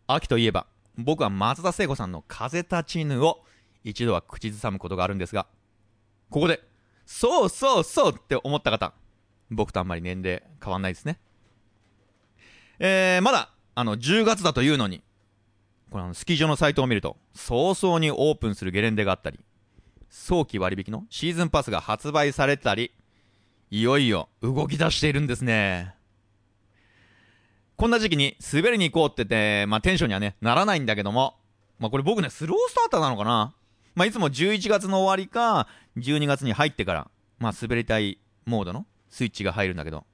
秋といえば僕は松田聖子さんの風立ちぬを一度は口ずさむことがあるんですが、ここでそうそうそうって思った方、僕とあんまり年齢変わんないですね。まだ10月だというのに、これスキー場のサイトを見ると早々にオープンするゲレンデがあったり、早期割引のシーズンパスが発売されたり、いよいよ動き出しているんですね。こんな時期に滑りに行こうってて、テンションにはねならないんだけども、これ僕ねスロースターターなのかな。いつも11月の終わりか12月に入ってから滑りたいモードのスイッチが入るんだけど、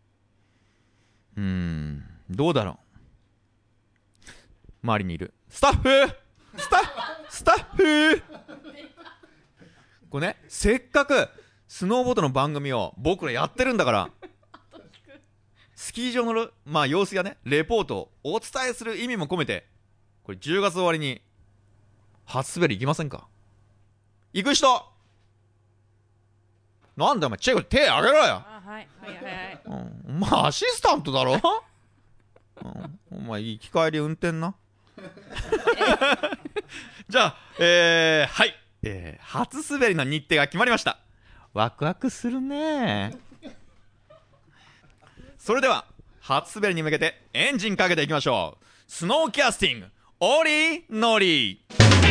どうだろう。周りにいるスタッフこれね、せっかくスノーボードの番組を僕らやってるんだから、スキー場の様子やねレポートをお伝えする意味も込めて、これ10月終わりに初滑り行きませんか。行く人なんだお前、チェコ手あげろよ。 はい。 お前アシスタントだろお前行き帰り運転なじゃあはい、初滑りの日程が決まりました。ワクワクするね。それでは初滑りに向けてエンジンかけていきましょう。スノーキャスティングオリノリ。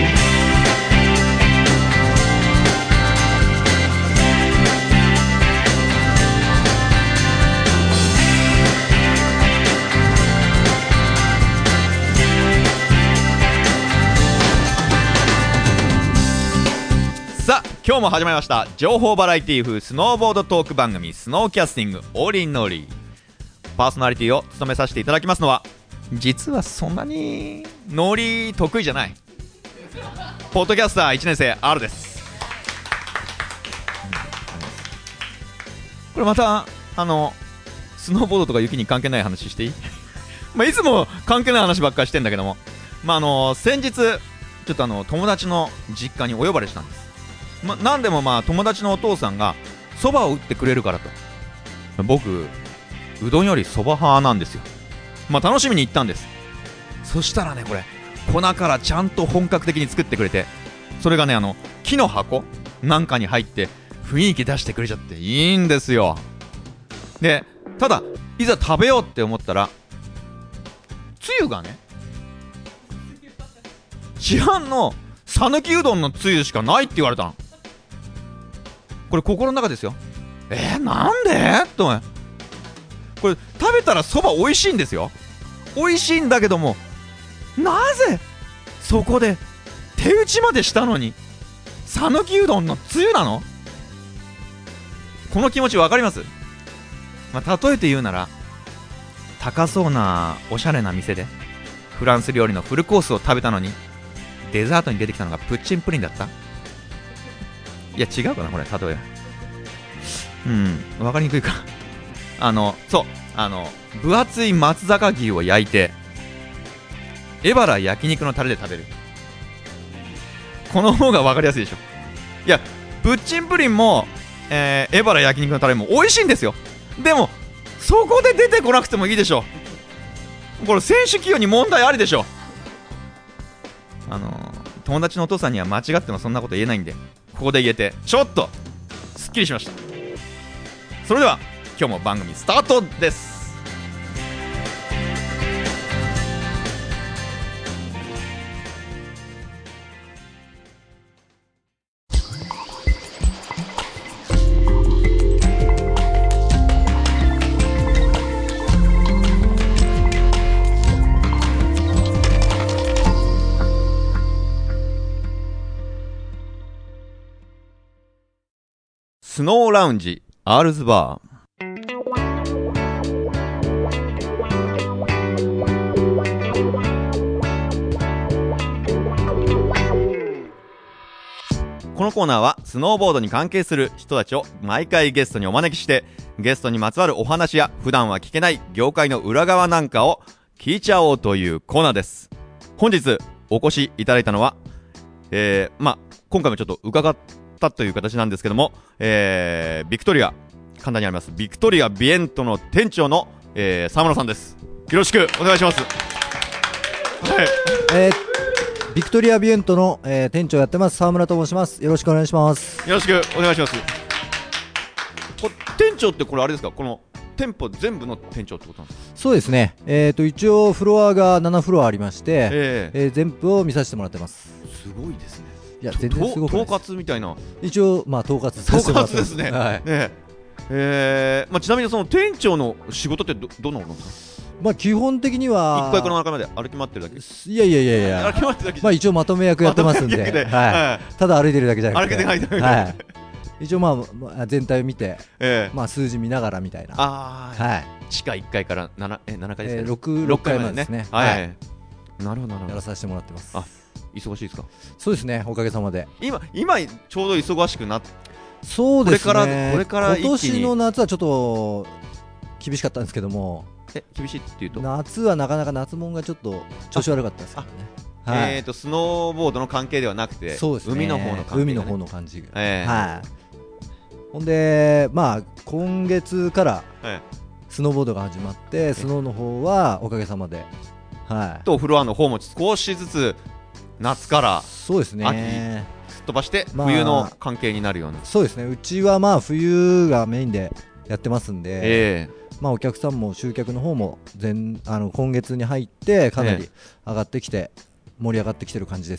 さあ今日も始まりました情報バラエティ風スノーボードトーク番組スノーキャスティングオリノリ。パーソナリティを務めさせていただきますのは、実はそんなにノリ得意じゃないポッドキャスター1年生 R です。これまたスノーボードとか雪に関係ない話していいいつも関係ない話ばっかりしてんだけども、先日ちょっと友達の実家にお呼ばれしたんです。なんでも友達のお父さんが蕎麦を打ってくれるからと、僕うどんより蕎麦派なんですよ。楽しみに行ったんです。そしたらね、これ粉からちゃんと本格的に作ってくれて、それがね木の箱なんかに入って雰囲気出してくれちゃっていいんですよ。でただいざ食べようって思ったら、つゆがね市販の讃岐うどんのつゆしかないって言われたの。これ心の中ですよ。なんでと思う。これ食べたらそば美味しいんですよ。美味しいんだけども、なぜそこで手打ちまでしたのに讃岐うどんのつゆなの。この気持ちわかります？例えて言うなら、高そうなおしゃれな店でフランス料理のフルコースを食べたのに、デザートに出てきたのがプッチンプリンだった。いや違うかなこれ例え。わかりにくいか。そう分厚い松阪牛を焼いてエバラ焼肉のタレで食べる。この方が分かりやすいでしょ。いやプッチンプリンも、エバラ焼肉のタレも美味しいんですよ。でもそこで出てこなくてもいいでしょ。これ選手起用に問題ありでしょ。友達のお父さんには間違ってもそんなこと言えないんで、ここで言えてちょっとすっきりしました。それでは今日も番組スタートです。スノーラウンジアールズバー。このコーナーはスノーボードに関係する人たちを毎回ゲストにお招きして、ゲストにまつわるお話や普段は聞けない業界の裏側なんかを聞いちゃおうというコーナーです。本日お越しいただいたのは、今回もちょっと伺ったという形なんですけども、ビクトリア神田にありますビクトリアビエントの店長の、沢村さんです。よろしくお願いします。 ビクトリアビエントの、店長やってます沢村と申します。よろしくお願いします。 よろしくお願いします。店長ってこれあれですか、この店舗全部の店長ってことなんですか？ そうですね、一応フロアが7フロアありまして、全部を見させてもらってます。 すごいですね。 いや全然すごくないです。 統括みたいな。 一応まあ統括させてもらってます。 統括ですね。 はい。 ちなみにその店長の仕事ってどんなことなんですか？ まあ基本的には 1階から7階まで歩き回ってるだけ。 いや歩き回ってるだけ。 まあ一応まとめ役やってますんで、はい。ただ歩いてるだけじゃなくて、 歩けてない。 はい。一応まあ全体を見て、まあ数字見ながらみたいな。 はい。地下1階から7階ですね。 6階までですね。 はい。なるほどやらさせてもらってます。 あ、忙しいですか？ そうですね、おかげさまで。 今ちょうど忙しくなって。 そうですね。 これから今年の夏はちょっと厳しかったんですけども。 厳しいっていうと、 夏はなかなか夏もんがちょっと調子悪かったですけどね。 スノーボードの関係ではなくて、そうですね、海の方の関係、 海の方の感じが、はい。ほんでまあ今月からスノーボードが始まって、スノーの方はおかげさまで、はい。 とフロアの方も少しずつ夏からそうですね、 秋すっ飛ばして冬の関係になるような。 そうですね。うちはまあ冬がメインでやってますんで。まあお客さんも集客の方も今月に入ってかなり上がってきて、盛り上がってきてる感じです。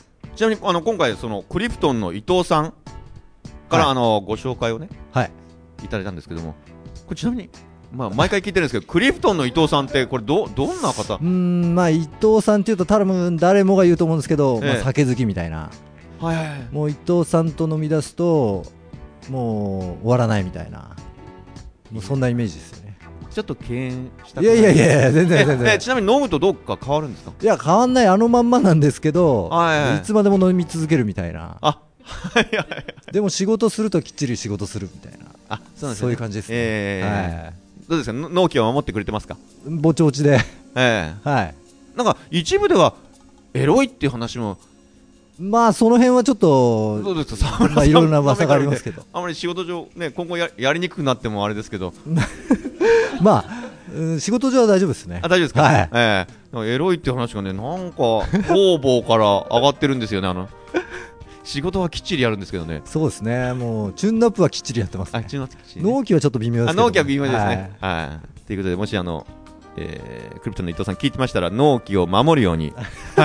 ちなみに今回そのクリプトンの伊藤さんからご紹介をね、いただいたんですけども、これちなみに毎回聞いてるんですけど、クリプトンの伊藤さんってこれどんな方？ まあ伊藤さんっていうと多分誰もが言うと思うんですけど、酒好きみたいな、もう伊藤さんと飲み出すともう終わらないみたいな、もうそんなイメージですよね。 ちょっと敬遠したくない。いや全然ちなみに飲むとどっか変わるんですか？ いや変わんない、あのまんまなんですけど、いつまでも飲み続けるみたいな。でも仕事するときっちり仕事するみたいな、そういう感じですね。 どうですか、納期は守ってくれてますか？ ぼちぼちで、 なんか一部ではエロいっていう話も、 まあその辺はちょっといろんな噂がありますけど、 あまり仕事上ね、今後やりにくくなってもあれですけどまあ仕事上は大丈夫ですね。 大丈夫ですか？エロいっていう話がね、なんか方々から上がってるんですよね。仕事はきっちりやるんですけどね。 そうですね。もうチューンナップはきっちりやってますね。納期はちょっと微妙ですけど。 納期は微妙ですね。ということで、もしクリプトンの伊藤さん聞いてましたら、納期を守るように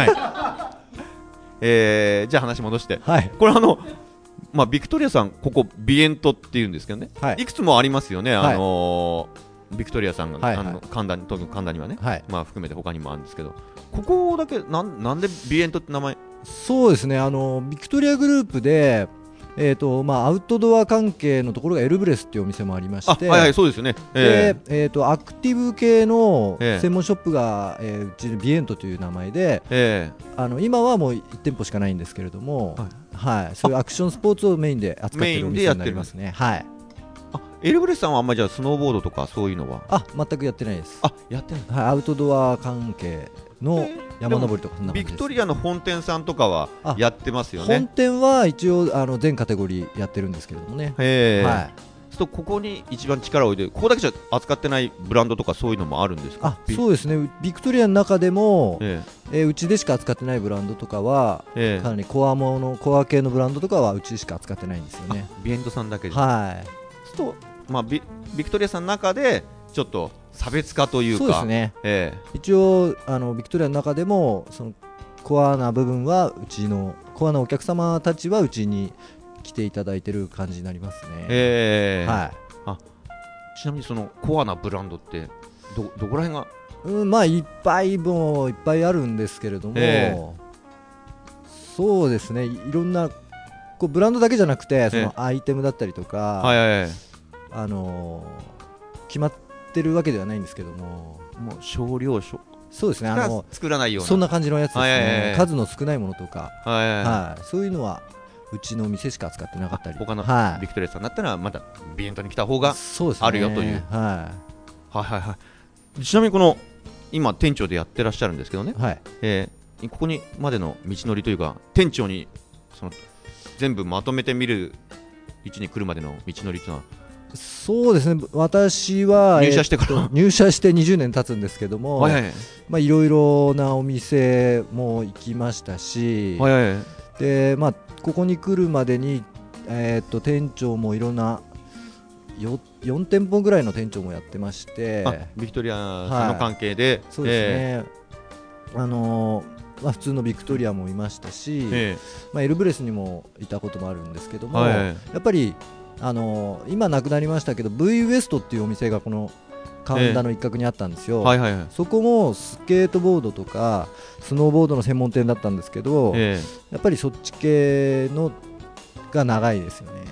じゃあ話戻して、これビクトリアさん、ここビエントっていうんですけどね、いくつもありますよね。ビクトリアさんが神田にはね、含めて他にもあるんですけど、ここだけなんでビエントって名前？ そうですね、ビクトリアグループで、アウトドア関係のところがエルブレスっていうお店もありまして、 そうですよね。 で、アクティブ系の専門ショップが、うちのビエントという名前で、今はもう1店舗しかないんですけれども、そういうアクションスポーツをメインで扱っているお店になりますね。 エルブレスさんはあんまりじゃあスノーボードとかそういうのは全くやってないです。 やってない。 アウトドア関係の山登りとかそんな感じです。 ビクトリアの本店さんとかはやってますよね。 本店は一応全カテゴリーやってるんですけれどもね。 ここに一番力を入れて、ここだけじゃ扱ってないブランドとかそういうのもあるんですか？ そうですね。ビクトリアの中でも、うちでしか扱ってないブランドとかは、かなりコア系のブランドとかはうちでしか扱ってないんですよね。 ビエントさんだけで。ビクトリアさんの中でちょっと差別化というか、 そうですね。一応ビクトリアの中でもそのコアな部分はコアなお客様たちはうちに来ていただいてる感じになりますね。 ちなみにそのコアなブランドってどこら辺が？ いっぱいあるんですけれども、そうですね。いろんなブランドだけじゃなくて、そのアイテムだったりとか、決まってるわけではないんですけども、 少量そうですね。 作らないようなそんな感じのやつですね。数の少ないものとか、そういうのはうちの店しか扱ってなかったり、 他のビクトリアさんだったらまたビエントに来た方があるよという。ちなみにこの今店長でやってらっしゃるんですけどね、ここにまでの道のりというか、店長にその全部まとめてみる位置に来るまでの道のりというのはそうですね、私は入社してから、 入社して20年経つんですけども、 はいはいはい、 まあ、いろいろなお店も行きましたし、 はいはいはい、 でまあ、ここに来るまでに、店長もいろんな4店舗ぐらいの店長もやってまして、 ビクトリアさんの関係で、 そうですね、まあ、普通のビクトリアもいましたし、まあ、エルブレスにもいたこともあるんですけども、やっぱり今なくなりましたけど V ウエストっていうお店がこの神田の一角にあったんですよ、そこもスケートボードとかスノーボードの専門店だったんですけど、やっぱりそっち系のが長いですよね。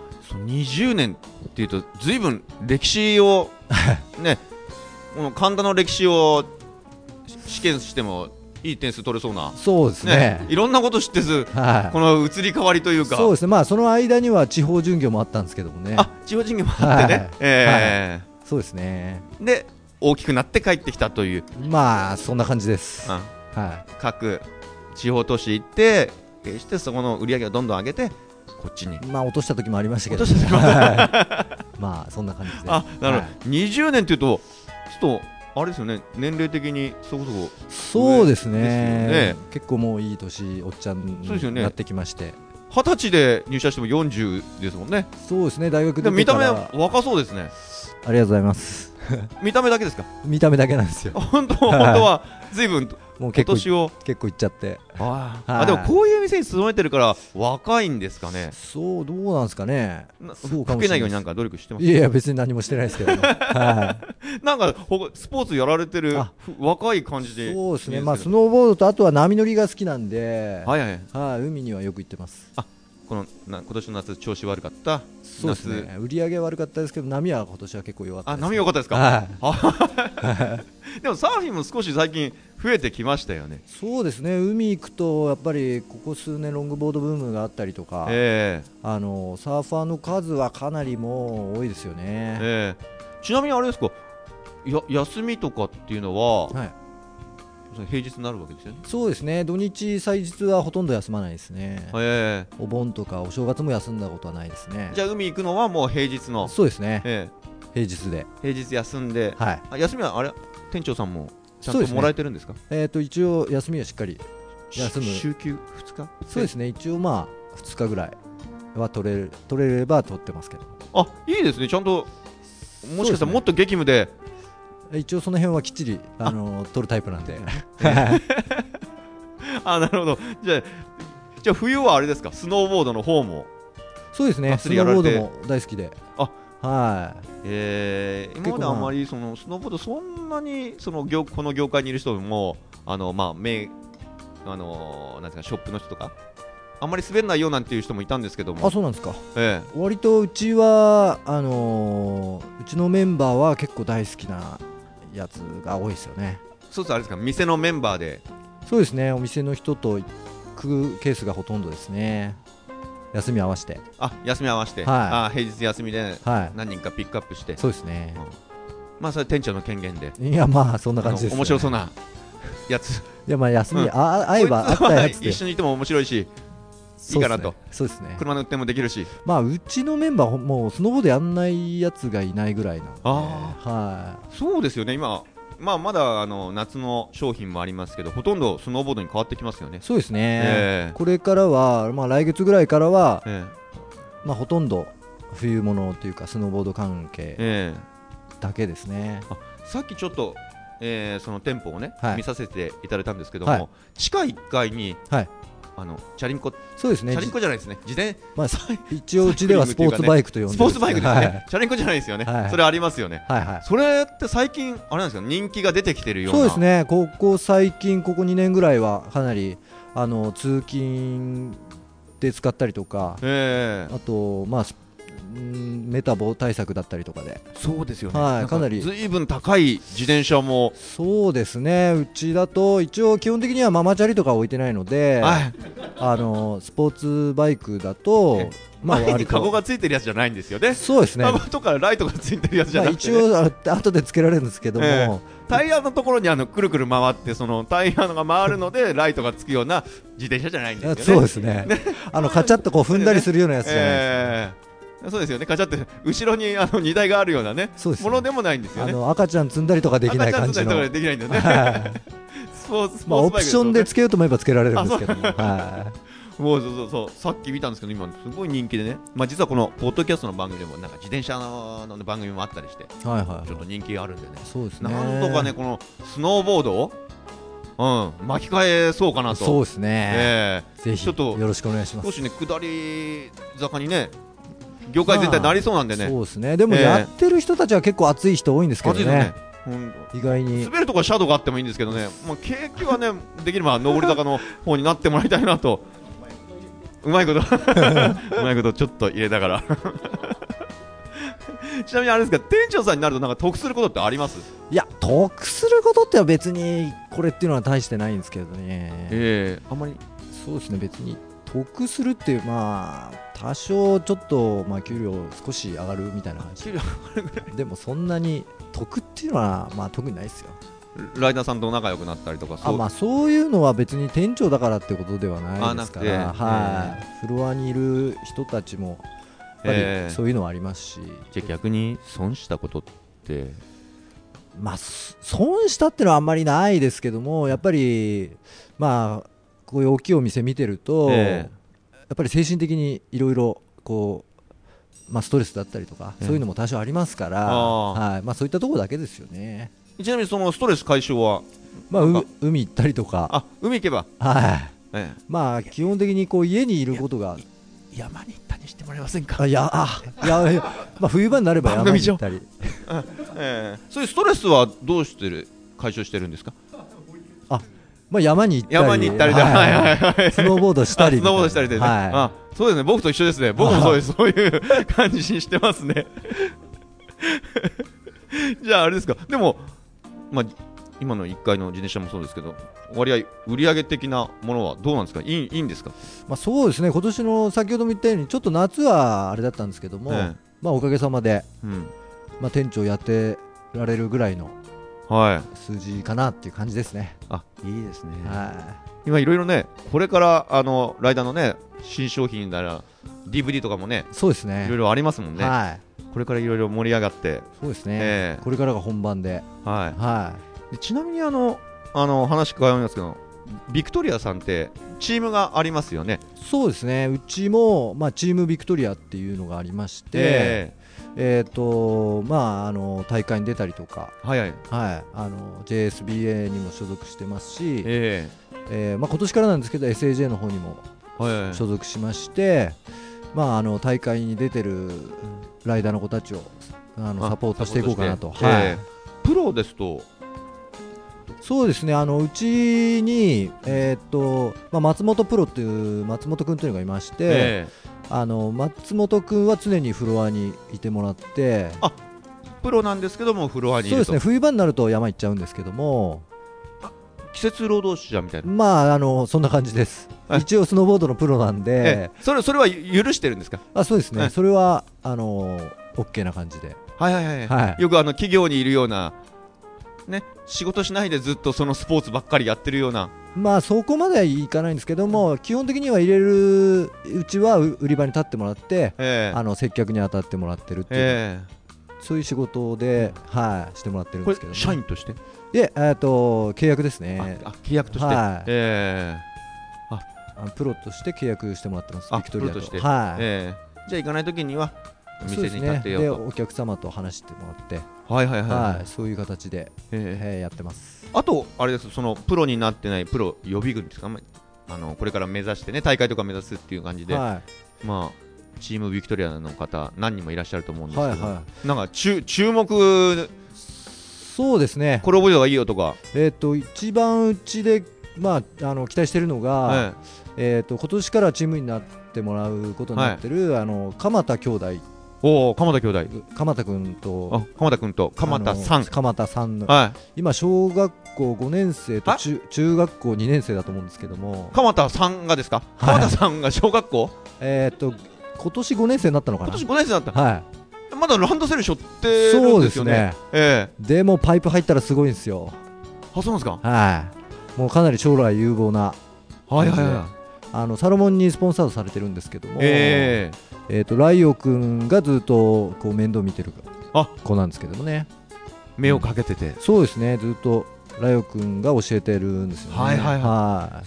20年っていうとずいぶん歴史をね、この神田の歴史を試験してもいい点数取れそうな、 そうですね、 いろんなこと知ってず、この移り変わりというか、 そうですね、まあ、その間には地方巡業もあったんですけどもね、 地方巡業もあってね、 そうですね、 で大きくなって帰ってきたという、 まあそんな感じです、 各地方都市行って決してそこの売り上げをどんどん上げてこっちに、 まあ落とした時もありましたけど、まあそんな感じで、 なるほど、20年というとちょっとあれですよね、年齢的にそこそこ、 そうですね、結構もういい年おっちゃんになってきまして、 20歳で入社しても40ですもんね。 そうですね、大学で見た目若そうですね。 ありがとうございます。 見た目だけですか？ 見た目だけなんですよ。 本当は随分もう結構いっちゃって、 でもこういう店に勤めてるから若いんですかね。 そう、どうなんですかね。 そうかもしれない。老けないようになんか努力してます？ いや別に何もしてないですけど、なんかスポーツやられてる若い感じで。 そうですね、まあスノーボードとあとは波乗りが好きなんで、海にはよく行ってます。 今年の夏調子悪かった。 そうですね、売り上げ悪かったですけど波は今年は結構良かったです。 波良かったですか？でもサーフィンも少し最近増えてきましたよね。 そうですね、海行くとやっぱりここ数年ロングボードブームがあったりとか、サーファーの数はかなりもう多いですよね。 ちなみにあれですか、休みとかっていうのは、平日になるわけですよね。 そうですね、土日祭日はほとんど休まないですね。お盆とかお正月も休んだことはないですね。 じゃあ海行くのはもう平日の。 そうですね、平日で、 平日休んで、休みはあれ店長さんもちゃんともらえてるんですか？ 一応休みはしっかり休む。 週休2日？ そうですね、一応まあ2日ぐらいは取れれば取ってますけど。 いいですね、ちゃんと。もしかしたらもっと激務で、 一応その辺はきっちり取るタイプなんで。 なるほど。じゃあ冬はあれですか、スノーボードの方も。 そうですね、スノーボードも大好きで。 今まであんまりスノーボードそんなにこの業界にいる人もなんですか、ショップの人とかあんまり滑らないよなんていう人もいたんですけども。 そうなんですか。割とうちはうちのメンバーは結構大好きなやつが多いですよね。 そうです、あれですか、店のメンバーで。 そうですね、お店の人と行くケースがほとんどですね。休み合わせて。 休み合わせて、平日休みで何人かピックアップして。 そうですね、 まあそれ店長の権限で。 いやまあそんな感じですね。 面白そうなやつ。 いやまあ休み会えばあったやつで一緒にいても面白いしいいかなと。 そうですね、 車の運転もできるし。 まあうちのメンバーもうスノーボードやんないやつがいないぐらいなんで。 そうですよね。今まだ夏の商品もありますけど、ほとんどスノーボードに変わってきますよね。 そうですね、これからは、来月ぐらいからは、ほとんど冬物というかスノーボード関係だけですね。 さっきちょっと、その店舗をね、見させていただいたんですけども、地下1階に、チャリンコ。 そうですね、 チャリンコじゃないですね、自転、 一応うちではスポーツバイクと呼んでる。 スポーツバイクですね、チャリンコじゃないですよね。それありますよね。それって最近あれなんですか、人気が出てきてるような。 そうですね、ここ最近ここ2年ぐらいはかなり通勤で使ったりとか、あとメタボ対策だったりとかで。 そうですよね、 かなりずいぶん高い自転車も。 そうですね、うちだと一応基本的にはママチャリとか置いてないので、スポーツバイクだと前にカゴがついてるやつじゃないんですよね。 そうですね、 カゴとかライトがついてるやつじゃなくて、 一応後でつけられるんですけども、 タイヤのところにくるくる回って、そのタイヤが回るのでライトがつくような自転車じゃないんですよね。 そうですね、カチャッとこう踏んだりするようなやつじゃないですね。 そうですよね、カチャって後ろに荷台があるようなね、ものでもないんですよね。 赤ちゃん積んだりとかできない感じの。 赤ちゃん積んだりとかできないんだね。スポーツバイクですよね。 オプションでつけようと思えばつけられるんですけども。 もうそうさっき見たんですけど、今すごい人気でね、実はこのポッドキャストの番組でもなんか自転車の番組もあったりして、ちょっと人気があるんでね。 そうですね。 なんとかね、このスノーボードを巻き返そうかなと。 そうですね。ぜひちょっとよろしくお願いします。 少しね、下り坂にね、業界全体なりそうなんでね。 そうですね。でもやってる人たちは結構熱い人多いんですけどね。意外に滑るところはシャドウがあってもいいんですけどね、景気はね、できれば上り坂の方になってもらいたいなと。うまいことうまいことちょっと入れながらちなみにあれですか、店長さんになるとなんか得することってあります？ いや、得することっては別にこれっていうのは大してないんですけどね。 あんまり。 そうですね、別に得するっていう、多少ちょっと給料少し上がるみたいな話。でもそんなに得っていうのは特にないですよ。 ライダーさんと仲良くなったりとか、 そういうのは別に店長だからってことではないですから、フロアにいる人たちもやっぱりそういうのはありますし。 じゃあ逆に損したことって？ 損したってのはあんまりないですけども、やっぱりこういう大きいお店見てると、やっぱり精神的にいろいろストレスだったりとか、そういうのも多少ありますから、そういったところだけですよね。 ちなみにそのストレス解消は海行ったりとか。 海行けば、 基本的に家にいることが。 山に行ったりしてもらえませんか？ 冬場になれば山に行ったりそういうストレスはどうして解消してるんですか？ 山に行ったりスノーボードしたりでね。そうですね、僕と一緒ですね。僕もそういう感じにしてますね。じゃああれですか、でも今の1階の自転車もそうですけど、割合売上的なものはどうなんですか？いいんですか？ そうですね、今年の先ほども言ったようにちょっと夏はあれだったんですけども、おかげさまで、店長やってられるぐらいの数字かなっていう感じですね。 いいですね。今いろいろね、これからライダーのね、新商品なら DVD とかもね、 そうですね、 いろいろありますもんね。これからいろいろ盛り上がって、 そうですね、これからが本番で。 ちなみに話伺いますけど、ビクトリアさんってチームがありますよね。 そうですね、うちもチームビクトリアっていうのがありまして、大会に出たりとか、JSBA にも所属してますし、今年からなんですけど SAJ の方にも所属しまして、大会に出てるライダーの子たちをサポートしていこうかなと。 プロですと、 そうですね、うちに、松本プロっていう松本君というのがいまして、松本君は常にフロアにいてもらって、 プロなんですけどもフロアにいると。 そうですね、冬場になると山行っちゃうんですけども、 季節労働者みたいな、 そんな感じです。一応スノーボードのプロなんで、 それは許してるんですか？ そうですね、それはOK な感じで。 よく企業にいるようなね、仕事しないでずっとそのスポーツばっかりやってるような、 そこまではいかないんですけども、基本的には入れるうちは売り場に立ってもらって、接客に当たってもらってるっていう、そういう仕事で、してもらってるんですけど、 社員として契約ですね。 契約として、 プロとして契約してもらってます、ビクトリアと。 じゃあ行かないときには店に立ってよと。 でお客様と話してもらって、そういう形でやってます。 あとあれです、そのプロになってないプロ予備軍ですか、これから目指してね、大会とか目指すっていう感じで、チームビクトリアの方何人もいらっしゃると思うんですけど、なんか注目、 そうですね、 これ覚えた方がいいよとか、 一番うちで期待しているのが、今年からチームになってもらうことになってる鎌田兄弟。 鎌田兄弟、 鎌田君と鎌田さん、 今小学校5年生と中学校2年生だと思うんですけども。 鎌田さんがですか？鎌田さんが小学校、 今年5年生になったのかな。 今年5年生になった、まだランドセル背負ってるんですよね。 でもパイプ入ったらすごいんですよ。 そうなんですか？ もうかなり将来有望な、 サロモンにスポンサードされてるんですけども、ライオ君がずっとこう面倒見てる子なんですけどもね。 目をかけてて、 そうですね、ずっとライオ君が教えてるんですよね。 はいはいはい。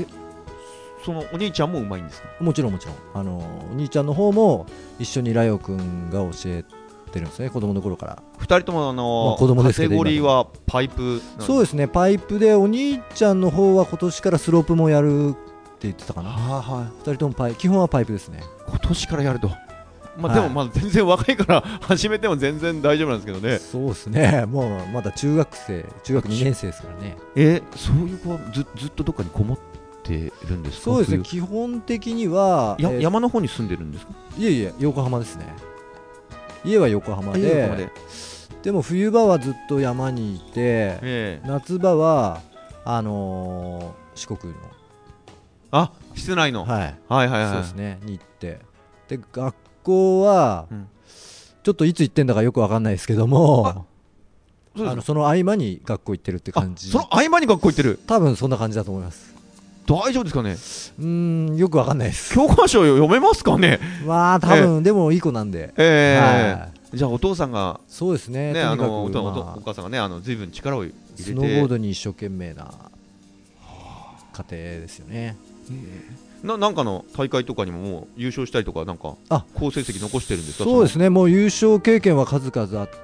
そのお兄ちゃんもうまいんですか？ もちろんもちろん、お兄ちゃんの方も一緒にライオ君が教えてるんですね、子供の頃から。 2人とも子供ですけどカテゴリーはパイプ。 そうですね、パイプで、お兄ちゃんの方は今年からスロープもやるって言ってたかな。2人とも基本はパイプですね。 今年からやると、でもまだ全然若いから始めても全然大丈夫なんですけどね。 そうですね、もうまだ中学2年生ですからね。 そういう子はずっとどっかにこもってるんですか？ そうですね、基本的には山の方に住んでるんですか？ いえ横浜ですね。家は横浜で、でも冬場はずっと山にいて、夏場は四国の室内の、 はいそうですねに行って、で学校は、ちょっといつ行ってんだかよく分かんないですけども、その合間に学校行ってるって感じ。 その合間に学校行ってる？ 多分そんな感じだと思います。 大丈夫ですかね？ よく分かんないです。 教科書読めますかね？ 多分でもいい子なんで。 じゃあお父さんが、 そうですね、 お母さんがね、随分力を入れてスノーボードに一生懸命な家庭ですよね。 なんかの大会とかにももう優勝したりとか、なんか好成績残してるんですか？ そうですね、もう優勝経験は数々あって、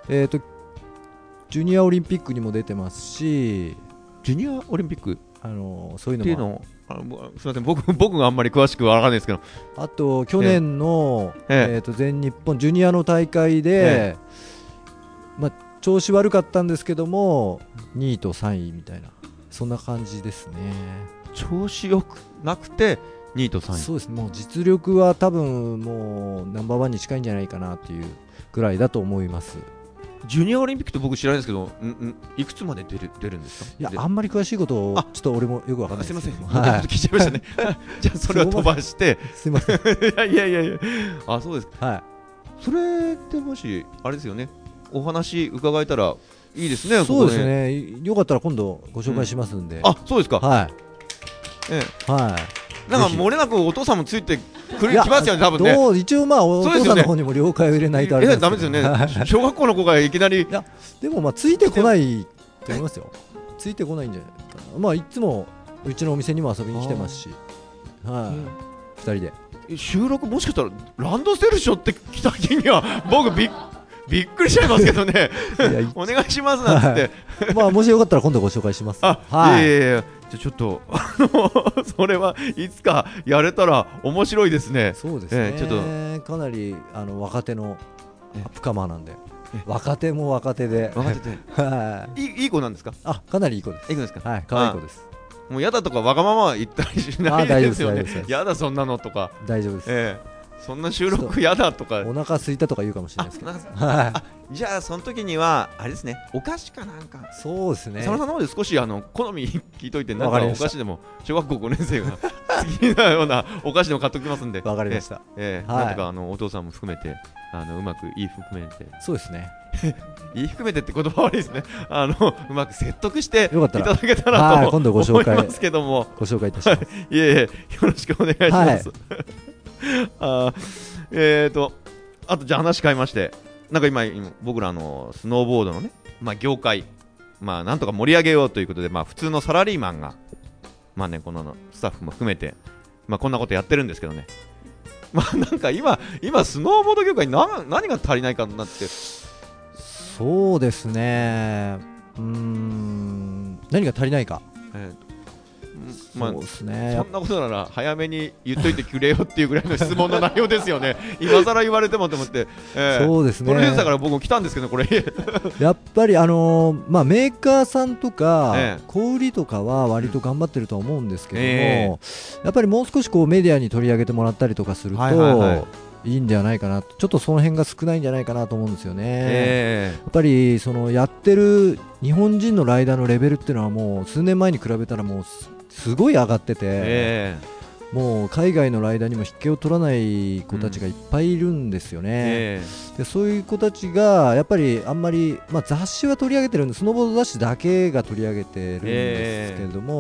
ジュニアオリンピックにも出てますし。 ジュニアオリンピック、 そういうのもっていうのすみません、僕があんまり詳しくは分からないですけど、 あと去年の、全日本ジュニアの大会で、調子悪かったんですけども2位と3位みたいな、そんな感じですね。 調子よくなくて2位と3位。 そうです、もう実力は多分もうナンバーワンに近いんじゃないかなっていうぐらいだと思います。 ジュニアオリンピックって僕知らないですけど、いくつまで出るんですか？ いや、あんまり詳しいことをちょっと俺もよくわかんないです。 すみません、聞いちゃいましたね。じゃあそれは飛ばして、 すみません。いや、そうですか。それってもしあれですよね、お話伺えたらいいですね。 そうですね、よかったら今度ご紹介しますんで。 そうですか。なんか漏れなくお父さんもついてきますよね、多分ね。 一応お父さんの方にも了解を入れないとあれですけど。 ダメですよね。小学校の子がいきなり。 いや、でもついてこないと思いますよ。ついてこないんじゃないかな。いつもうちのお店にも遊びに来てますし、2人で。 収録もしかしたらランドセル背負ってきた日には僕びっくりしちゃいますけどね。お願いしますなんて。 もしよかったら今度ご紹介します。 じゃあちょっとそれはいつかやれたら面白いですね。 そうですね。ちょっとかなり若手のアップカマーなんで、若手も若手で、 いい子なんですか？ かなりいい子です。 いい子ですか？ はい、可愛い子です。 もうやだとかわがまま言ったりしないですよね。やだそんなのとか。 大丈夫です。 そんな収録やだとか。 お腹空いたとか言うかもしれないですけど。 じゃあその時にはあれですね、お菓子かなんか。 そうですね。 佐野さんの方で少し好み聞いといて、なんかお菓子でも小学校5年生が好きなようなお菓子でも買っておきますんで。 わかりました。 なんとかお父さんも含めてうまくいい含めて。 そうですね。 いい含めてって言葉悪いですね。うまく説得していただけたらと今度ご紹介思いますけども。 ご紹介いたします。 よろしくお願いします。あとじゃあ話変えまして、なんか今僕らスノーボードのね、業界なんとか盛り上げようということで、普通のサラリーマンがこのスタッフも含めてこんなことやってるんですけどね。なんか今スノーボード業界に何が足りないかなって。 そうですね。何が足りないか。そうですね。 そんなことなら早めに言っといてくれよっていうぐらいの質問の内容ですよね。今更言われてもと思って、 そうですね。 プロデューサーから僕も来たんですけど、これやっぱりメーカーさんとか、小売りとかは割と頑張ってるとは思うんですけども、やっぱりもう少しメディアに取り上げてもらったりとかするといいんではないかなと、ちょっとその辺が少ないんじゃないかなと思うんですよね。やっぱりやってる日本人のライダーのレベルっていうのはもう数年前に比べたらもうすごい上がってて、もう海外のライダーにも引けを取らない子たちがいっぱいいるんですよね。でそういう子たちがやっぱりあんまり、雑誌は取り上げてるんで、スノーボード雑誌だけが取り上げてるんですけれども、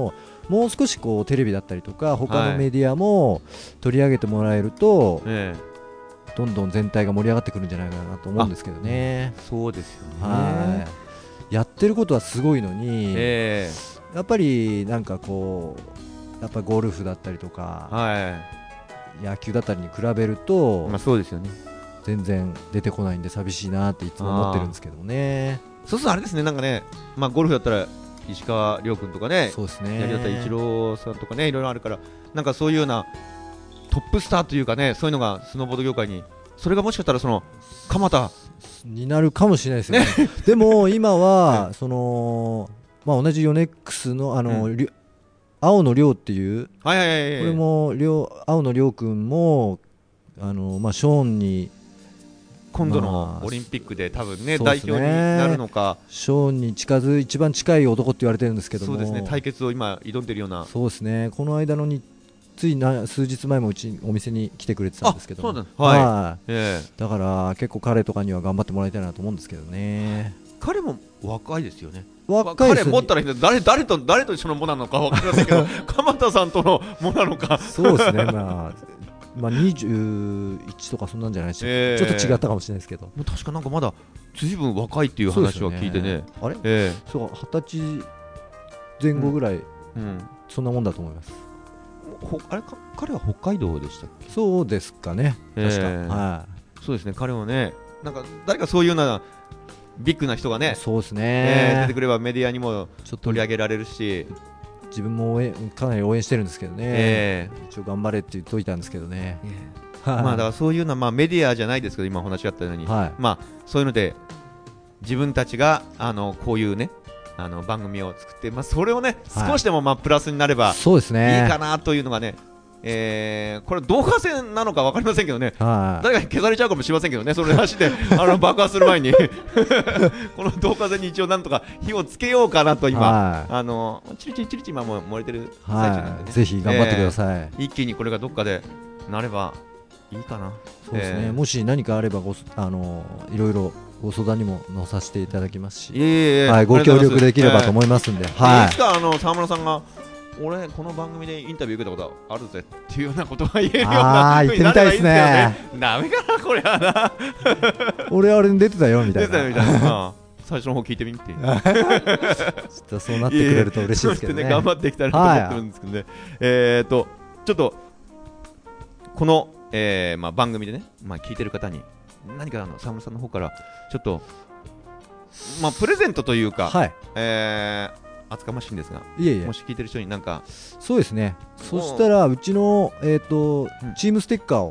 もう少しこうテレビだったりとか他のメディアも取り上げてもらえると、どんどん全体が盛り上がってくるんじゃないかなと思うんですけどね。 そうですよね。 やってることはすごいのに、やっぱりなんかこうやっぱりゴルフだったりとか、野球だったりに比べると、 そうですよね、 全然出てこないんで寂しいなっていつも思ってるんですけどね。 そうするとあれですね、なんかね、ゴルフだったら石川遼君とかね、 そうですね、 やりだったらイチローさんとかね、いろいろあるから、なんかそういうようなトップスターというかね、そういうのがスノーボード業界に、それがもしかしたらその蒲田になるかもしれないですよね。でも今はその、同じヨネックスの青野亮っていう、これも青野亮君もショーンに今度のオリンピックで多分ね、代表になるのか、 ショーンに一番近い男って言われてるんですけども、 そうですね、対決を今挑んでるような。 そうですね、この間のつい数日前もうちお店に来てくれてたんですけども、だから結構彼とかには頑張ってもらいたいなと思うんですけどね。 彼も若いですよね。 若いですね。 彼持ったら誰と一緒のものなのか分かりませんけど蒲田さんとのものなのか。 そうですね、21とかそんなんじゃないです、ちょっと違ったかもしれないですけど、 確かなんかまだ随分若いっていう話は聞いてね。 あれ、そう、20歳前後ぐらい、そんなもんだと思います。 あれ彼は北海道でしたっけ。 そうですかね、確か、 そうですね、彼もね、なんか誰かそういうようなビッグな人がね、 そうですね、 出てくればメディアにも取り上げられるし、 自分もかなり応援してるんですけどね、一応頑張れって言っといたんですけどね。 だからそういうような、メディアじゃないですけど、今お話があったように、そういうので自分たちがこういうね番組を作って、それをね、少しでもプラスになればいいかなというのがね、これ導火線なのか分かりませんけどね、誰かに消されちゃうかもしれませんけどね、それなしで爆発する前にこの導火線に一応なんとか火をつけようかなと今、チリチリ今も燃えてる最中なんでね、 ぜひ頑張ってください。 一気にこれがどっかでなればいいかな。 そうですね、もし何かあればいろいろご相談にも乗させていただきますし、ご協力できればと思いますんで、いつか沢村さんが俺この番組でインタビュー受けたことあるぜっていうようなことが言えるような言ってみたいですね。 ダメかなこれはな俺あれに出てたよみたいな、 最初の方聞いてみてちょっとそうなってくれると嬉しいですけどね。 頑張っていきたいなと思ってるんですけどね。ちょっとこの番組でね、聞いてる方に何か沢村さんの方からちょっとプレゼントというか、厚かましいんですが、もし聞いてる人に何か。 そうですね、そしたらうちのチームステッカーを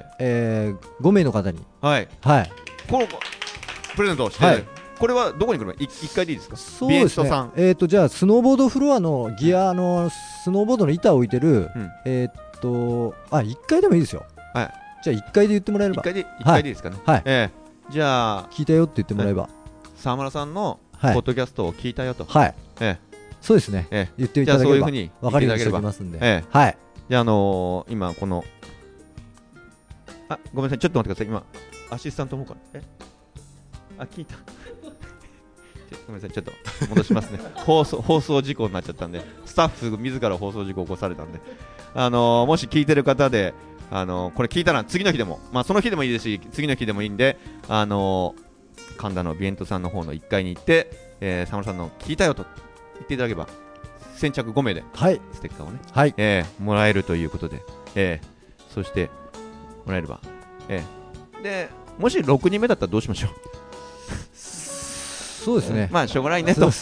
5名の方にこのプレゼントをして、これはどこに来るの？1回でいいですか？ そうですね、じゃあスノーボードフロアのギアスノーボードの板を置いてる1階でもいいですよ。じゃあ1階で言ってもらえれば、 1階でいいですかね。じゃあ聞いたよって言ってもらえば、 沢村さんのポッドキャストを聞いたよと、 そうですね、言っていただければ分かるようにしておきますんで、 じゃあ今このごめんなさい、ちょっと待ってください、今アシスタントの方から聞いたごめんなさい、ちょっと戻しますね放送事故になっちゃったんで、スタッフ自ら放送事故を起こされたんで、もし聞いてる方でこれ聞いたら次の日でも、その日でもいいですし次の日でもいいんで、神田のビエントさんの方の1階に行って、沢村さんの聞いたよと言っていただければ先着5名でステッカーをね、もらえるということで、そしてもらえれば、でもし6人目だったらどうしましょうそうですね、 しょうがないねと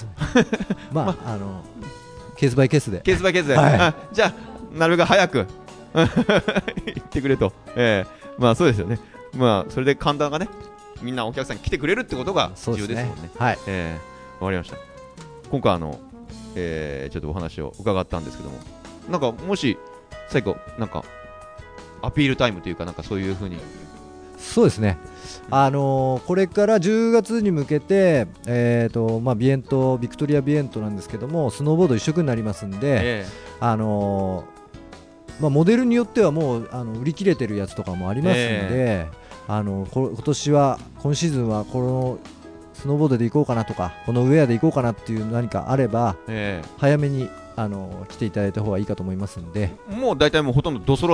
ケースバイケースでじゃあなるべく早く言ってくれと、そうですよね、それで神田がねみんなお客さんに来てくれるってことが重要ですもんね。わかりました。今回ちょっとお話を伺ったんですけども、なんかもし最後なんかアピールタイムというか、なんかそういう風に。 そうですね、これから10月に向けて、ビクトリアビエントなんですけども、スノーボード一色になりますんで、モデルによってはもう売り切れてるやつとかもありますんで、今シーズンはこのスノーボードで行こうかなとか、このウェアで行こうかなっていう何かあれば、早めに来ていただいた方がいいかと思いますんで。 もう大体もうほとんど出揃った。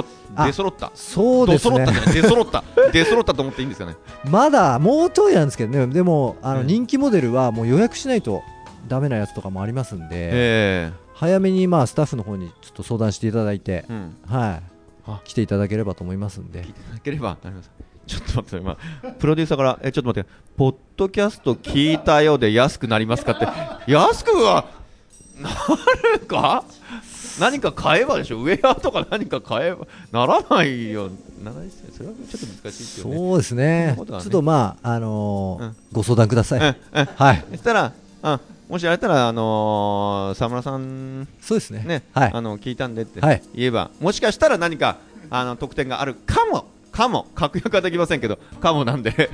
そうですね。 出揃ったと思っていいんですかね。 まだもうちょいなんですけどね。でも人気モデルはもう予約しないとダメなやつとかもありますんで、早めにスタッフの方にちょっと相談していただいて、来ていただければと思いますんで。 来ていただければなります。ちょっと待って、今プロデューサーからちょっと待って、ポッドキャスト聞いたようで安くなりますかって。安くはなるか。何か買えばでしょ。ウェアとか何か買えばならないよ。ならないですよ。それはちょっと難しいですよね。 そうですね。ちょっとご相談ください。はい。 そしたら、もしあれだったら沢村さんそうですね。 聞いたんでって言えば、もしかしたら何か特典があるかも確約はできませんけど、かもなんで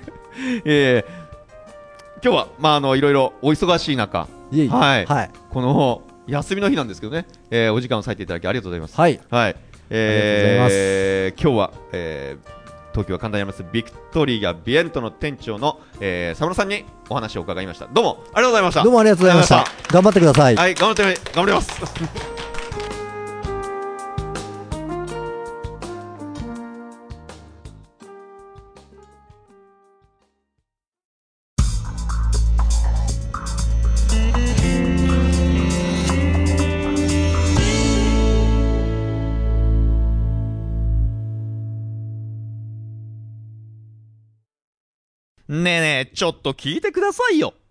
今日はいろいろお忙しい中、この休みの日なんですけどね、お時間を割いていただきありがとうございます。 ありがとうございます。 今日は、東京神田山ビクトリアビエントの店長の沢村さんにお話を伺いました。どうもありがとうございました。 どうもありがとうございました。頑張ってください。 はい、頑張ります。ねえねえ、ちょっと聞いてくださいよ。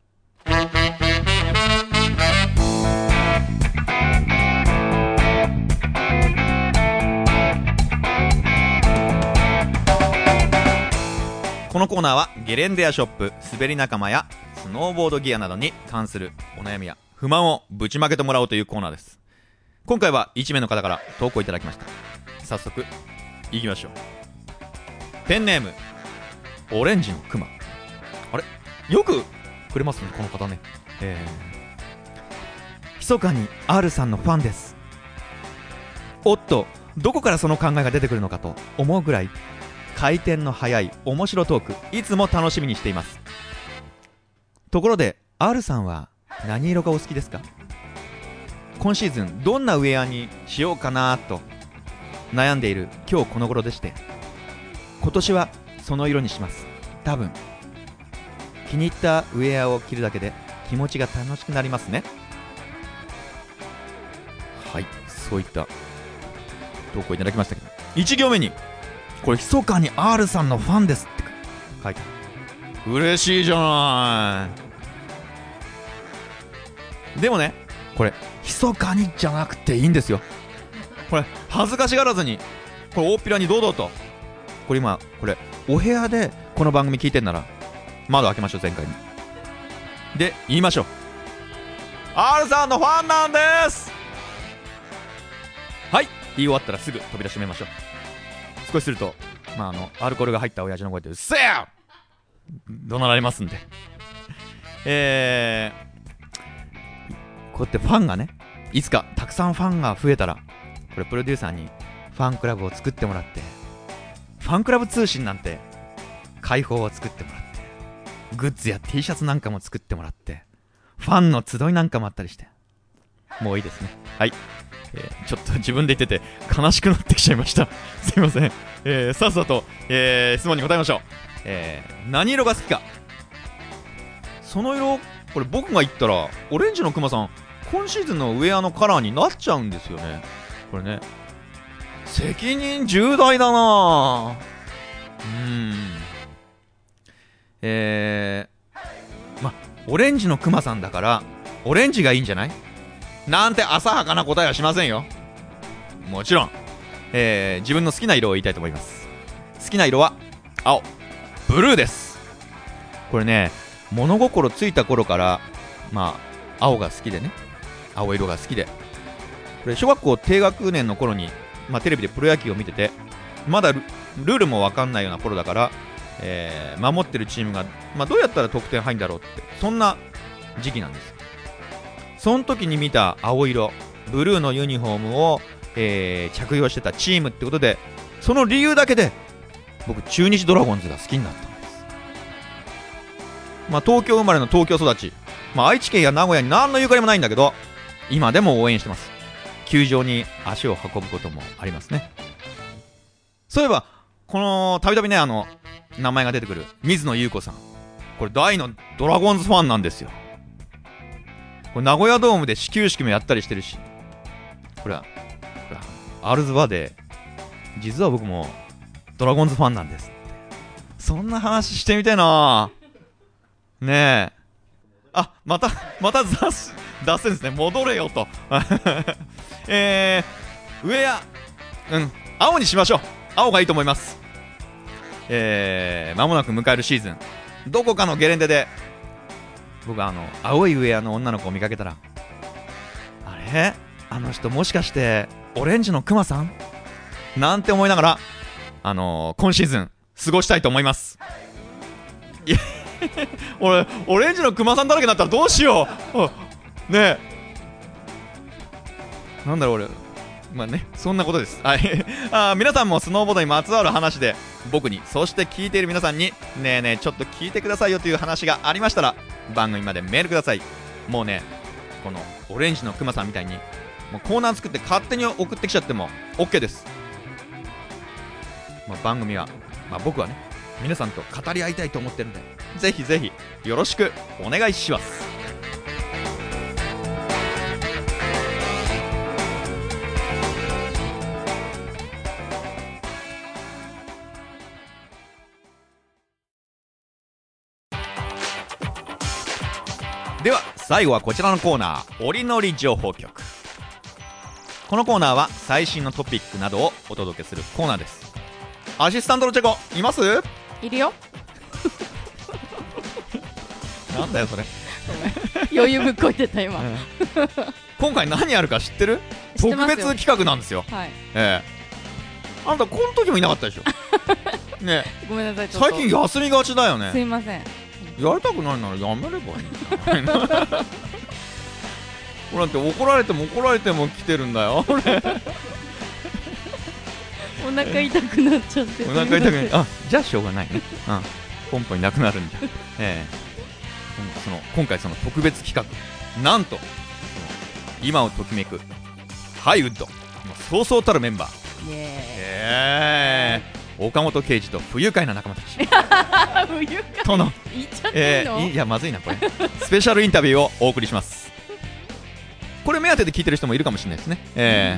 このコーナーはゲレンデやショップ、滑り仲間やスノーボードギアなどに関するお悩みや不満をぶちまけてもらおうというコーナーです。今回は1名の方から投稿いただきました。早速いきましょう。ペンネームオレンジのクマ。あれ、よくくれますね、この方ね。密かに R さんのファンです。おっと、どこからその考えが出てくるのかと思うぐらい回転の速い面白トーク、いつも楽しみにしています。ところで R さんは何色がお好きですか？今シーズンどんなウェアにしようかなと悩んでいる今日この頃でして、今年はその色にします。多分気に入ったウェアを着るだけで気持ちが楽しくなりますね。はい、そういった投稿いただきましたけど、1行目にこれ密かに R さんのファンですって書いてある。嬉しいじゃない。でもね、これ密かにじゃなくていいんですよ。これ恥ずかしがらずに、これ大っぴらに堂々と、これ今これお部屋でこの番組聞いてんなら窓開けましょう、全開に。で言いましょう。 R さんのファンなんです。はい、言い終わったらすぐ扉閉めましょう。少しすると、アルコールが入った親父の声でうっせえ怒鳴られますんでこうやってファンがね、いつかたくさんファンが増えたら、これプロデューサーにファンクラブを作ってもらって、ファンクラブ通信なんて開放を作ってもらって、グッズや T シャツなんかも作ってもらって、ファンの集いなんかもあったりして、もういいですね。はい、ちょっと自分で言ってて悲しくなってきちゃいましたすいません。さっさと、質問に答えましょう。何色が好きか。その色、これ僕が言ったらオレンジのクマさん今シーズンのウェアのカラーになっちゃうんですよね。これね、責任重大だな。オレンジのクマさんだからオレンジがいいんじゃないなんて浅はかな答えはしませんよ。もちろん、自分の好きな色を言いたいと思います。好きな色は青、ブルーです。これね、物心ついた頃から青が好きでね、青色が好きで、これ小学校低学年の頃に、テレビでプロ野球を見てて、まだルールも分かんないような頃だから、守ってるチームが、どうやったら得点入るんだろうって、そんな時期なんです。その時に見た青色、ブルーのユニフォームを、着用してたチームってことで、その理由だけで僕中日ドラゴンズが好きになったんです。東京生まれの東京育ち、愛知県や名古屋に何のゆかりもないんだけど、 今でも応援してます。球場に足を運ぶこともありますね。そういえばこのたびたびね名前が出てくる水野優子さん、これ大のドラゴンズファンなんですよ。これ名古屋ドームで始球式もやったりしてるし、これはアルズバで実は僕もドラゴンズファンなんです、そんな話してみたいなねえ。あ、また出せんですね。戻れよとウェア青にしましょう。青がいいと思います。間もなく迎えるシーズン、どこかのゲレンデで僕は青いウェアの女の子を見かけたら、あれあの人もしかしてオレンジのクマさんなんて思いながら今シーズン過ごしたいと思います。いや俺オレンジのクマさんだらけになったらどうしようねえ、なんだろう俺、まあね、そんなことです。はい皆さんもスノーボードにまつわる話で僕に、そして聞いている皆さんにねえねえちょっと聞いてくださいよという話がありましたら番組までメールください。もうね、このオレンジのクマさんみたいにもうコーナー作って勝手に送ってきちゃっても OK です。番組は、僕はね皆さんと語り合いたいと思ってるんで、ぜひぜひよろしくお願いします。では最後はこちらのコーナー、おりのり情報局。このコーナーは最新のトピックなどをお届けするコーナーです。アシスタントのチェコいます？ いるよなんだよそれ余裕ぶっこいてた今今回何やるか知ってる？特別企画なんですよ。 はい、 あんたこの時もいなかったでしょね、 ごめんなさい、ちょっと最近休みがちだよね。 すいません。 やりたくないならやめればいいんじゃない俺なんて怒られても来てるんだよ俺お腹痛くなっちゃってお腹痛くなじゃあしょうがないね、ポンポンなくなるんじゃ今回その特別企画、なんと今をときめくハイウッドそうそうたるメンバー、岡本圭司と不愉快な仲間たち不愉快との言っちゃっていいの？ いやまずいなこれスペシャルインタビューをお送りします。これ目当てで聞いてる人もいるかもしれないですね。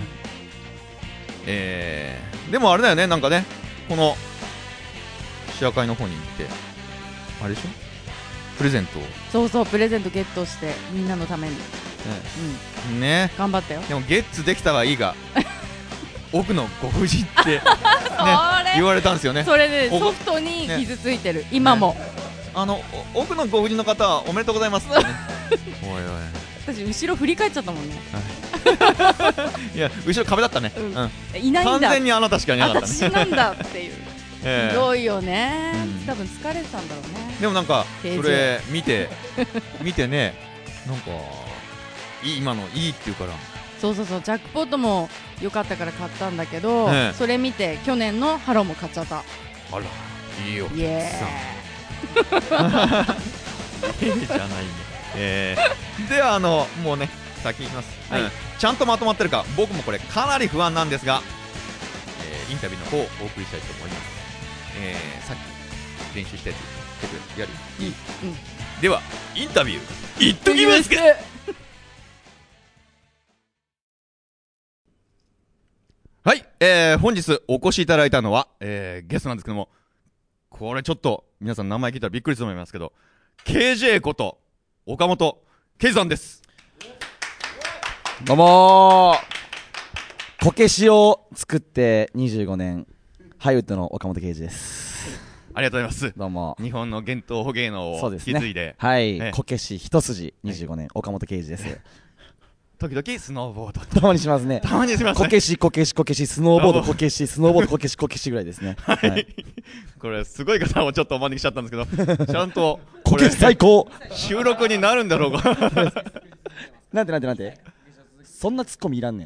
でもあれだよね、なんかね、この試写会の方に行ってあれでしょ、プレゼントを、 そうプレゼントゲットしてみんなのためにね、 頑張ったよ。 でもゲッツできたはいいが奥のご婦人って、ね、言われたんですよね。 それでソフトに傷ついてる、今も、 奥のご婦人の方はおめでとうございますって、ね、おいおい私後ろ振り返っちゃったもんねいや後ろ壁だったね、 いないんだ、 完全にあなたしかいなかったね、 私なんだっていうひどいよね、多分疲れてたんだろうね。 でもなんかそれ見てね、なんか今のいいって言うから、 そうジャックポットも良かったから買ったんだけど、それ見て去年のハローも買っちゃった。あらいいよ、 イエーイじゃないね。ではもうね先行きます、ちゃんとまとまってるか僕もこれかなり不安なんですが、インタビューの方をお送りしたいと思います。さっき練習したやつやるいい、ではインタビューいっときますか。はい、本日お越しいただいたのは、ゲストなんですけども、これちょっと皆さん名前聞いたらびっくりすると思いますけど KJ こと岡本圭司さんです。 どうもこけしを作って25年ハイウッドの岡本圭司です。 ありがとうございます。 どうも。 日本の伝統芸能を引き継いで、 はい、こけし一筋25年、岡本圭司です。 時々スノーボードたまにしますね。 たまにしますね。 こけしスノーボードこけしスノーボードこけしぐらいですね。 はい、これすごい方をちょっとお招きしちゃったんですけどちゃんとこけし最高収録になるんだろうかなんてそんなツッコミいらんねん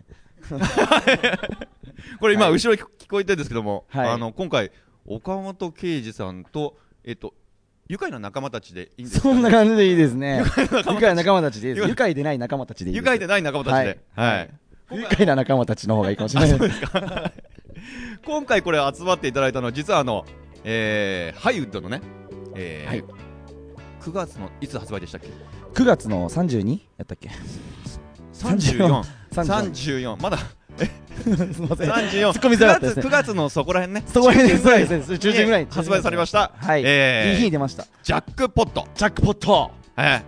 これ今後ろ聞こえてるんですけども、今回岡本圭司さんと愉快な仲間たちでいいんですか？ そんな感じでいいですね。愉快な仲間たちでいいです。愉快でない仲間たちでいいです。 愉快でない仲間たちで、はい、 愉快な仲間たちの方がいいかもしれないです。 今回これ集まっていただいたのは実はハイウッドのね、はい、9月のいつ発売でしたっけ ？9月の 32? やったっけ ？34まだすみません34 ツッコみづらかったですね。 9月のそこら辺ね、 そこら辺です。中旬ぐらいに発売されました。 はい、いい日に出ました。 ジャックポットは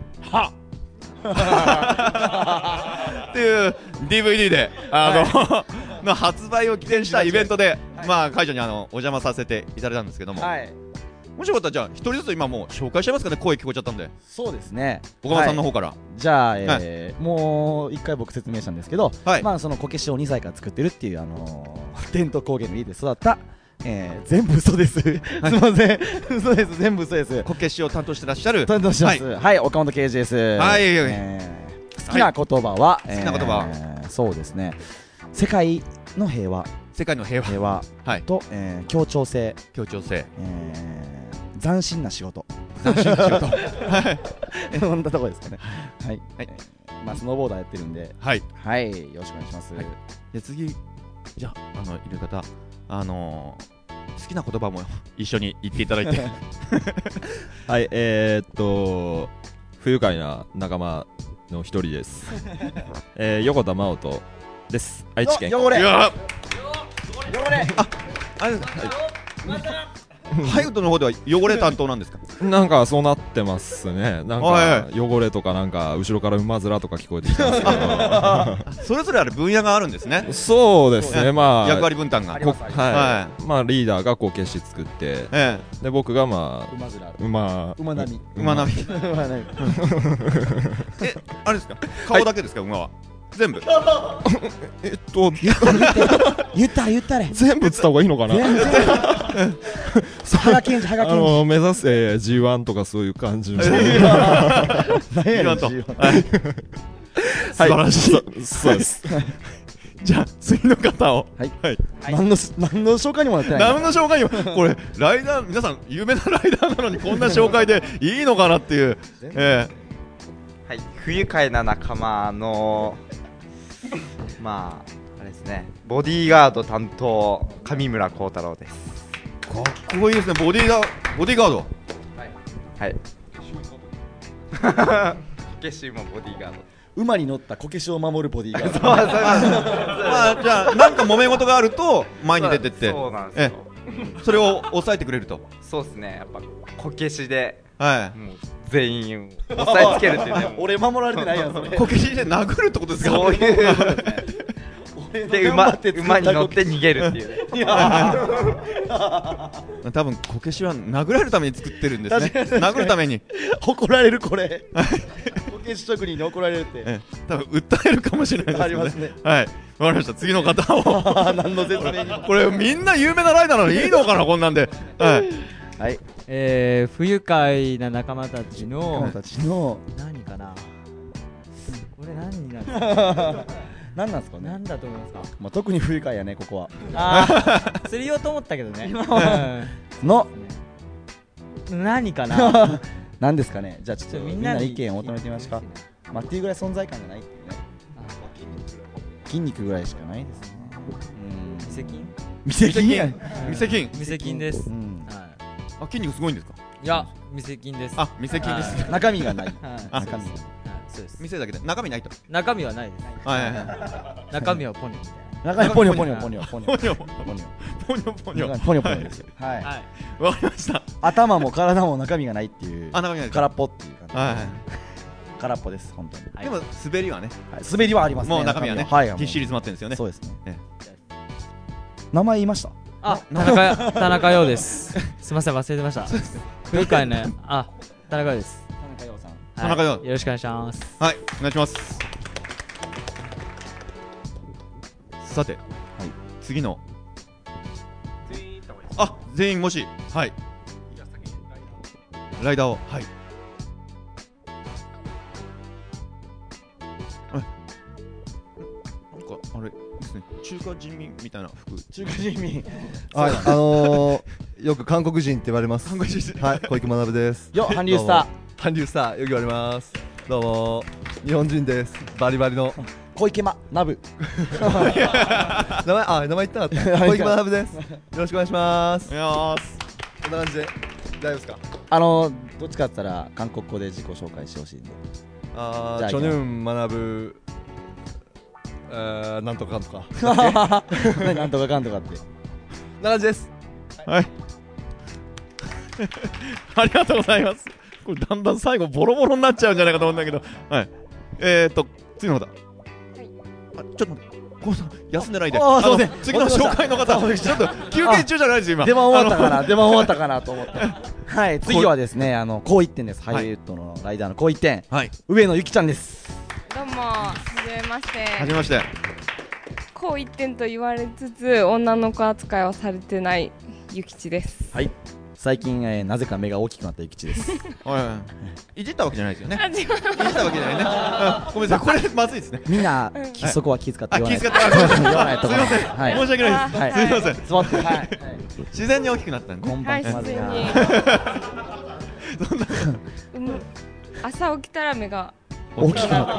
っていう DVD での発売を記念したイベントで、まあ会場にお邪魔させていただいたんですけども、もしよかったらじゃあ一人ずつ今もう紹介しちゃいますかね。声聞こえちゃったんで。 そうですね、 岡本さんの方から、 じゃあ、もう一回僕説明したんですけど、まあそのこけしを2歳から作ってるっていう伝統工芸の家で育った、全部嘘です。すみません、嘘です、全部嘘です。 こけしを担当してらっしゃる担当してます。はい、岡本圭司です。はい、好きな言葉は、 好きな言葉、 そうですね、世界の平和と、協調性、斬新な仕事、こんなとこですかね。はい、まあスノーボーダーやってるんで、はい、よろしくお願いします。 で次、じゃあいる方、好きな言葉も一緒に言っていただいて。 はい、不愉快な仲間の一人です。横田真央人です。愛知県。 汚れ。 あれですか。ハイウッドの方では汚れ担当なんですか？ なんかそうなってますね。なんか汚れとかなんか後ろから馬面とか聞こえてきたんですけどそれぞれある分野があるんですね。 そうですね、まあ役割分担が、 まあリーダーがこけし作って、で僕がまあ馬並みあれですか、顔だけですか？馬は全部言ったれ、 全部つった方がいいのかな。目指せ G1 とかそういう感じの。 素晴らしい。 そうです。 じゃあ次の方を。 何の紹介にもなってない。 何の紹介にも、これライダー、皆さん有名なライダーなのにこんな紹介でいいのかなっていう。 はい、不愉快な仲間のまああれですね、ボディーガード担当上村幸太郎です。 かっこいいですね、ボディーガード。 はい。こけしもボディーガード。 馬に乗ったこけしを守るボディーガード。 まあじゃあなんか揉め事があると前に出てって、 そうなんですよ。 それを抑えてくれると。 そうですね、やっぱこけしで、 もう全員を抑えつけるっていうね。 俺守られてないやんそれ。 こけしで殴るってことですか？ そういうで馬に乗って逃げるっていう。 多分こけしは殴られるために作ってるんですね。殴るために。 怒られるこれ。こけし職人に怒られるって。 多分訴えるかもしれないですね。 ありますね。 はい。わかりました。次の方を。 何の説明に。 これみんな有名なライダーなのにいいのかなこんなんで。はい。 はい。不愉快な仲間たちの何かな。これ何になる？ 何なんですかね。 何だと思いますか？ まあ特に不愉快やねここは。 釣りようと思ったけどね。何かな。 何ですかね。じゃあちょっとみんなの意見を求めてみますか。まあっていうぐらい存在感がないっていうね。筋肉ぐらいしかないですね。 未成金です。 あ、筋肉すごいんですか？ いや、未成金です。 あ、未成金です。 中身がない。 中身。そうです。 店だけで中身ないと。 中身はないです。中身はポニョみたいな。 中身ポニョポニョですよ。はい。 わかりました。 頭も体も中身がないっていう。 中身がない。 空っぽっていう感じ。空っぽです本当に。 でも滑りはね。 滑りはありますね。 もう中身はね。ぎっしり詰まってるんですよね。 そうですね。名前言いました？ あ、田中陽です。すみません忘れてました。不愉快ね。あ、田中陽です。 田中陽、 よろしくお願いします。 はい、お願いします。さて、次の全員もし、はい、ライダーを、はい、なんかあれですね、中華人民みたいな服。 中華人民。 よく韓国人って言われます。はい、小池学です。 よ、韓流スター。 韓流スター、よく言われます。どうも、日本人です。バリバリの小池ナブ。 名前言ってなかった。小池学です。よろしくお願いします。 お願いします。 こんな感じで大丈夫ですか？ どっちかって言ったら韓国語で自己紹介してほしいんで。 チョニュン学ぶなんとかかんとかなんとかかんとかってな感じです。 はいありがとうございます。これだんだん最後ボロボロになっちゃうんじゃないかと思うんだけど、はい、次の方、はい、ちょっと待って、コウさん休んでないで、次の紹介の方ちょっと休憩中じゃないですよ今。 出番終わったかなと思ってはい、次はですね、こう一点です。ハイウッドのライダーのこう一点、はい、上野ゆきちゃんです。 どうも、はじめまして。 はじめまして。 こう一点と言われつつ女の子扱いはされてないゆきちです。 はい、最近、なぜか目が大きくなったゆきちです。 いじったわけじゃないですよね。いじったわけじゃないね。ごめんなさい、これまずいですね。 みんなそこは気遣って言わない。 言わないと。すみません、申し訳ないです。すみません。 座って、 自然に大きくなったんで。 はい、自然に。朝起きたら目が大きくなった。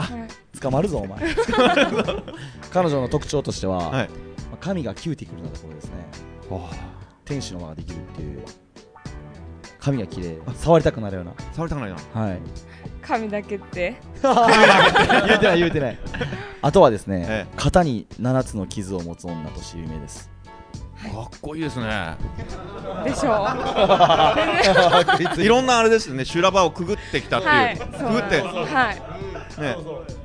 捕まるぞお前。彼女の特徴としては、髪がキューティクルなところですね。天使の輪ができるっていう。髪が綺麗、触りたくなるような。 触りたくないな。 はい。髪だけって言うてない。あとはですね、肩に7つの傷を持つ女として有名です。 かっこいいですね。 でしょいろんなあれですね、修羅場をくぐってきたっていう、くぐって、ね、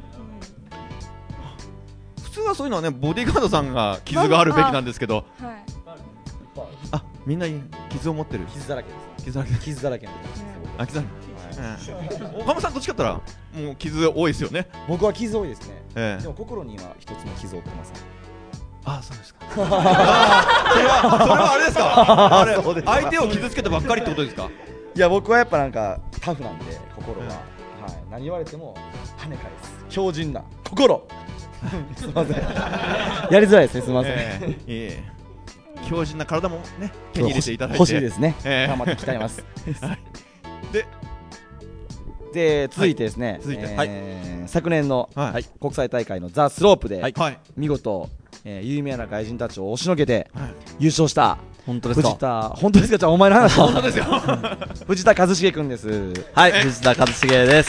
普通はそういうのはね、ボディーガードさんが傷があるべきなんですけど、みんな傷を持ってる。 傷だらけです。 傷だらけ。傷だらけ。岡本さんどっちかって言ったらもう傷多いですよね。 僕は傷多いですね。でも心には一つも傷を負ってません。 あ、そうですか。それはあれですか。あれ、相手を傷つけてばっかりってことですか。 いや、僕はやっぱなんかタフなんで、心は、何言われても跳ね返す強靭な心。すみません。やりづらいですね。すみません。 強靭な体もね、手に入れていただいて欲しいですね。頑張って鍛えます。で、続いてですね、昨年の国際大会のザ・スロープで見事有名な外人たちを押しのけて優勝した本当ですか？ 本当ですか？じゃあお前の話。 本当ですよ。 藤田一茂君です。 はい、藤田一茂です。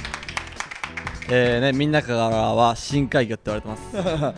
みんなからは深海魚って言われてます。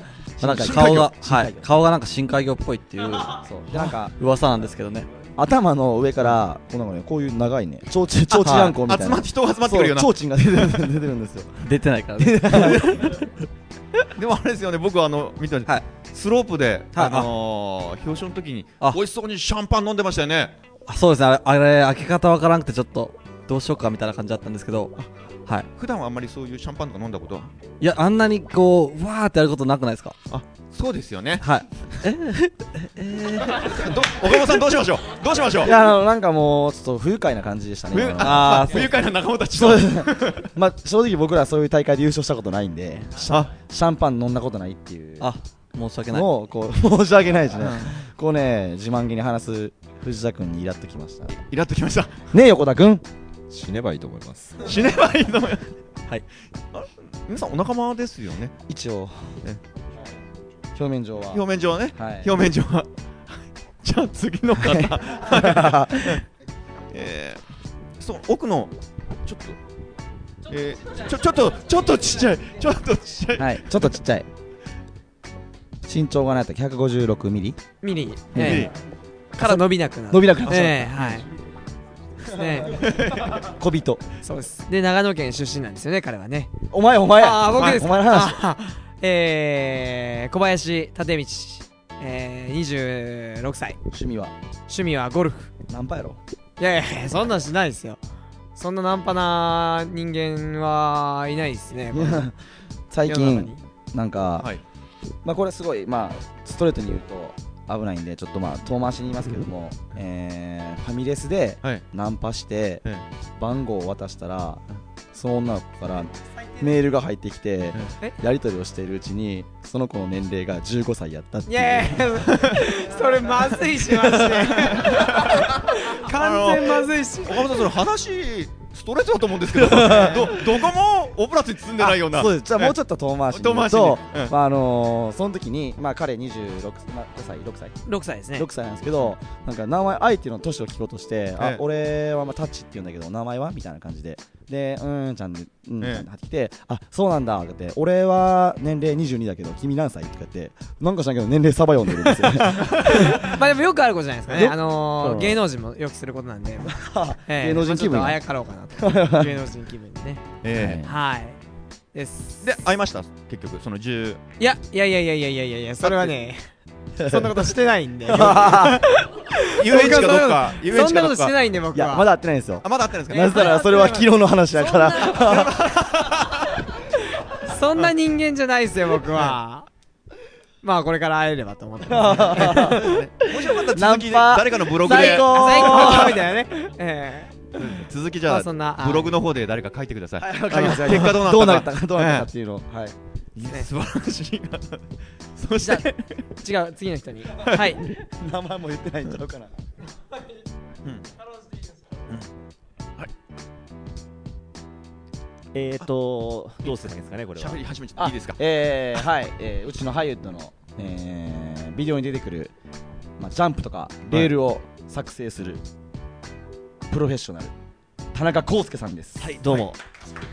なんか顔がなんか深海魚っぽいっていう、なんか噂なんですけどね。 頭の上からこういう長いね、ちょうちんあんこみたいな人が集まってくるような。 ちょうちんが出てるんですよ。 出てないからね。 でもあれですよね、僕見てました。スロープで表彰の時に美味しそうにシャンパン飲んでましたよね。 そうですね。あれ開け方わからなくてちょっとどうしようかみたいな感じだったんですけど。はい、 普段はあんまりそういうシャンパンとか飲んだことは？ いや、あんなにこうわーってやることなくないですか？ あ、そうですよね。 はい。 岡本さんどうしましょう。 いや、なんかもうちょっと不愉快な感じでしたね。 不愉快な仲間たち。 まあ正直僕らそういう大会で優勝したことないんで、シャンパン飲んだことないっていう。 申し訳ない。 もうこう申し訳ないですね。こうね、自慢げに話す藤田君にイラっときました。 イラっときました。 ねえ横田君。 死ねばいいと思います。 死ねばいいと思います。 はい。 皆さんお仲間ですよね。 一応。表面上は。 表面上はね。表面上は。じゃあ次の方。そう奥のちょっとちっちゃい。 はい。ちょっとちっちゃい。身長が何やったっけ？156ミリ。 ミリ。から伸びなくなった。 はい。小人。 そうです。で長野県出身なんですよね、彼はね。 お前。 僕です。 お前の話。 小林立道、26歳。 趣味はゴルフ。 ナンパやろ。 いやそんなんしないですよ。そんなナンパな人間はいないですね。 最近なんか、まあこれすごいストレートに言うと危ないんでちょっと遠回しに言いますけども、ファミレスでナンパして番号を渡したらその女の子からメールが入ってきて、やり取りをしているうちにその子の年齢が15歳やったっていう。 いやいやそれまずいしマジで完全まずいし。 岡本さん、その話ストレートだと思うんですけどどこもオブラートに包んでないような。 そうです。じゃあもうちょっと遠回しに言うと、その時に彼26歳ですね。6歳なんですけど、なんか名前相手の年を聞こうとして、俺はタッチって言うんだけど名前はみたいな感じで、でちゃんでちゃんで入ってきて、そうなんだって、俺は年齢22だけど君何歳って言ってなんか知らんけど年齢サバ読んでるんですよ。 まあでもよくあることじゃないですかね。芸能人もよくすることなんで、 芸能人気分ちょっとあやかろうかなと。芸能人気分にね。はいです。 で会いました結局その10。 いやそれはねそんなことしてないんで。 遊園地かどっか。 そんなことしてないんで僕は。 いやまだ会ってないんですよ。 まだ会ってないんですか。 なぜならそれは昨日の話だから。 そんな人間じゃないですよ僕は。まあこれから会えればと思ってます。 もしよかったら続き誰かのブログで最高みたいなね。 続きじゃあブログの方で誰か書いてください。結果どうなったかっていうのを。 素晴らしい。そして違う次の人に。はい。 名前も言ってないんちゃうかな。 どうするんですかねこれは。 喋り始めちゃっていいですか。 はい、うちのハリウッドのビデオに出てくるジャンプとかレールを作成するプロフェッショナル田中康介さんです。 はい、どうも。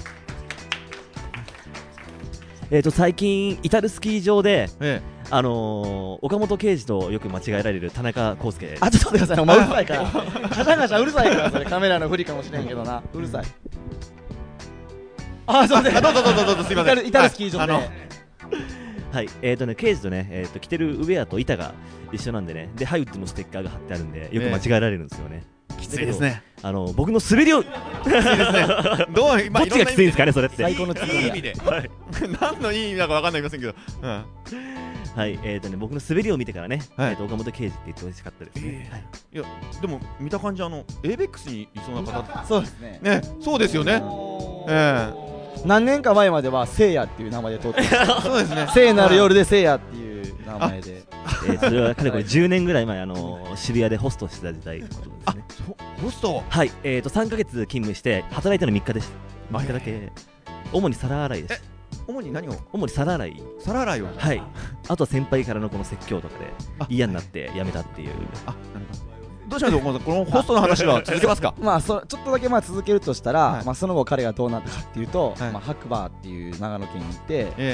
最近至るスキー場で岡本圭司とよく間違えられる田中康介。 ちょっと待ってください。お前うるさいからガシャガシャうるさいからそれカメラの不利かもしれんけどな。うるさい。すいません。 どうぞすいません。 至るスキー場ではい、圭司とね、着てるウェアと板が一緒なんでね、でハイウッドのステッカーが貼ってあるんでよく間違えられるんですよね。 きついですね。 僕の滑りをきついですね。どっちがきついんですかねそれって。 最高のいい意味で。何のいい意味だかわかんないませんけど。 はい、僕の滑りを見てからね、岡本圭司って言ってほしかったですね。 いやでも見た感じABEX にいそうな方。 そうですね。 ね、そうですよね。 何年か前まではせいやっていう名前で通ってた。 そうですね。 聖なる夜でせいやっていう名前で。 それはかれこれ10年ぐらい前渋谷でホストしてた時代のことですね。 ホスト。 はい、3ヶ月勤務して働いたの3日でした。3日だけ。主に皿洗いです。 主に何を？ 主に皿洗い。 皿洗いを。 はい。あとは先輩からのこの説教とかで嫌になって辞めたっていう。 どうしましょう、このホストの話は続けますか。 ちょっとだけ続けるとしたら、その後彼がどうなったかっていうと、白馬っていう長野県に行って、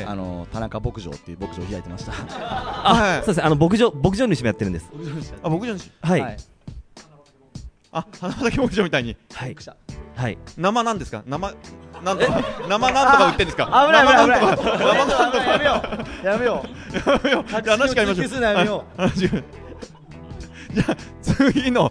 田中牧場っていう牧場を開いてました。 そうです。牧場主もやってるんです。 牧場主。 はい。 花畑牧場みたいに。 はい。はい。 生なんですか。生なんとか売ってんですか。 危ない。やめよう。 話変えましょう。じゃあ次の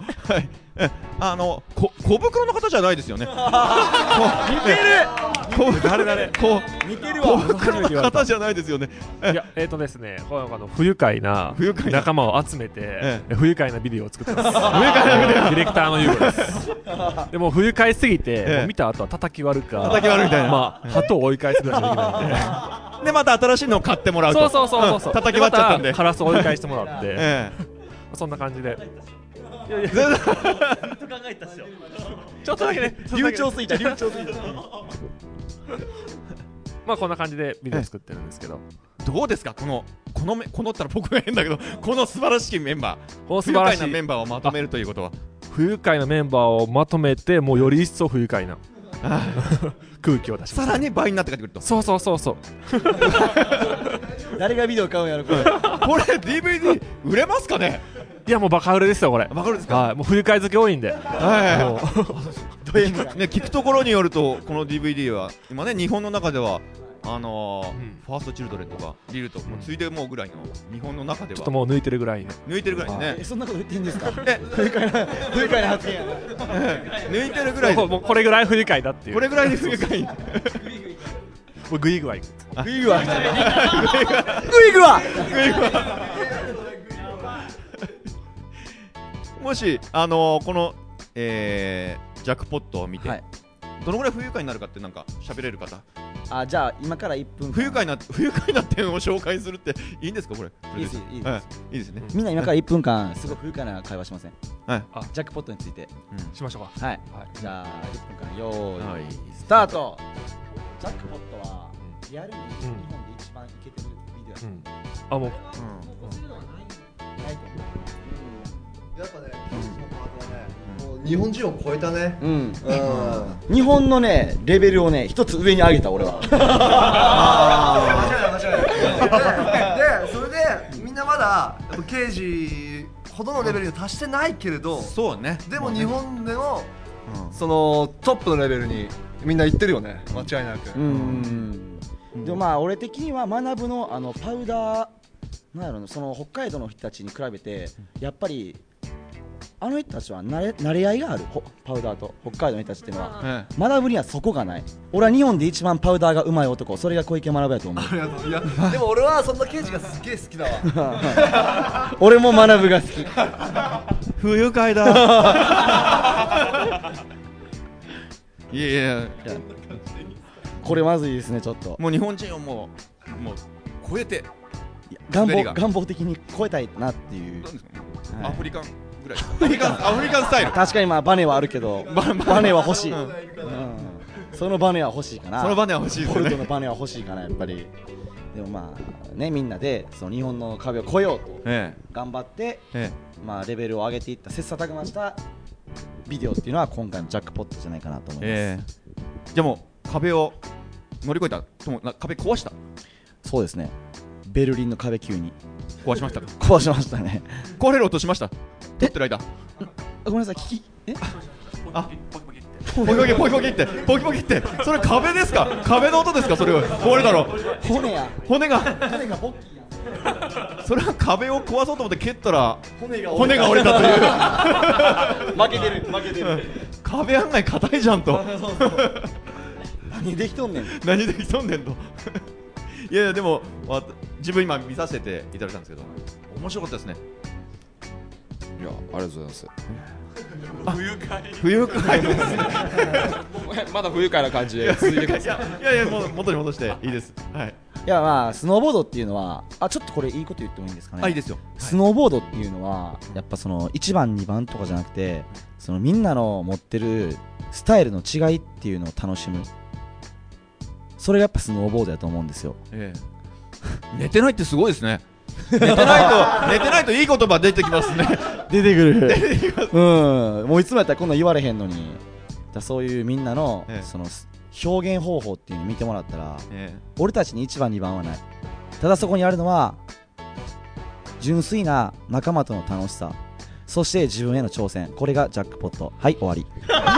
小袋の方じゃないですよね。 似てる。 誰似てるわ。 小袋の方じゃないですよね。 いやですね、不愉快な仲間を集めて不愉快なビデオを作ってます。不愉快なビデオ。ディレクターの優吾です。でも不愉快すぎて見た後は叩き割るかみたいな。 鳩を追い返すぐらいしかできないんで。 でまた新しいのを買ってもらうと。 そう叩き割っちゃったんで。 カラスを追い返してもらって。そんな感じで。 ずっと考えたっしょ。 ちょっとだけね。 流暢すぎた。 こんな感じでビデオ作ってるんですけど。 どうですかこのったら僕が変だけどこの素晴らしいメンバー。 不愉快なメンバーをまとめるということは。 不愉快なメンバーをまとめてもうより一層不愉快な空気を出します。 さらに倍になって帰ってくると。 そう。 誰がビデオ買うんやろこれ。 これ DVD 売れますかね。 いやもうバカ売れですよこれ。 バカ売れですか。 もう不愉快好き多いんで。 聞くところによるとこの DVD は今ね日本の中ではファーストチルドレンとかリルとついてもうぐらいの日本の中ではちょっともう抜いてるぐらいね。 そんなこと言ってんですか。不愉快な発言やな。 抜いてるぐらい。 もうこれぐらい不愉快だっていう。 これぐらいで不愉快。 グイグワ。もしこのジャックポットを見てどのぐらい不愉快になるかってなんか喋れる方。 じゃあ今から1分不愉快な点を紹介するっていいんですかこれ。 いいですいいですね。 みんな今から1分間すごい不愉快な会話しません？ はい。 ジャックポットについてしましょうか。 はい。じゃあ1分間用意スタート。ジャックポットはリアルに日本で一番イケてるビデオやと思う。 もう。 ないと思う。 やっぱね、日本人を超えたね。 日本のねレベルをね一つ上に上げた俺は。 でそれでみんなまだ刑事ほどのレベルに達してないけれど、 そうね。 でも日本でのそのトップのレベルにみんな行ってるよね、間違いなく。 でもまあ俺的には学ぶのパウダーなんやろな、その北海道の人たちに比べてやっぱりあの人たちは慣れ合いがある。パウダーと北海道の人たちっていうのは、学ぶにはそこがない。俺は日本で一番パウダーがうまい男、それが小池学やと思う。 いやでも俺はそんな刑事がすげえ好きだわ。 俺も学ぶが好き。 不愉快だ。いやいやこれまずいですね。ちょっともう日本人をもう超えて願望的に超えたいなっていう。 アフリカンぐらい。アフリカンスタイル。 確かにまあバネはあるけど、バネは欲しい。そのバネは欲しいかな。 そのバネは欲しいですね。 ボルトのバネは欲しいかなやっぱり。でもまあね、みんなでその日本の壁を越えようと頑張ってまあレベルを上げていった切磋琢磨したビデオっていうのは今回のジャックポットじゃないかなと思います。 じゃあもう壁を乗り越えたとも壁壊した。 そうですね。ベルリンの壁急に壊しました。 壊しましたね。 壊れる音しました。撮ってる間。 ごめんなさい。 ポキポキポキポキってポキポキってそれ壁ですか？壁の音ですか？それは壊れたろ。 骨がボッキーや。それは壁を壊そうと思って蹴ったら骨が折れたという。 負けてる。 壁案外硬いじゃんと。 何できとんねんと。いやでも自分今見させていただいたんですけど面白かったですね。 いやありがとうございます。 不愉快ですね。 まだ不愉快な感じで続いてください。いやもう元に戻していいです。はい。 いやまあスノーボードっていうのはちょっとこれいいこと言ってもいいんですかね。 いいですよ。 スノーボードっていうのはやっぱその1番2番とかじゃなくて、そのみんなの持ってるスタイルの違いっていうのを楽しむ。それがやっぱスノーボードだと思うんですよ。 寝てないってすごいですね。寝てないといい言葉出てきますね。 出てくる。もういつもやったらこんな言われへんのに。そういうみんなのその表現方法っていうのを見てもらったら、俺たちに1番2番はない。ただそこにあるのは純粋な仲間との楽しさ、そして自分への挑戦。これがジャックポット。はい終わり。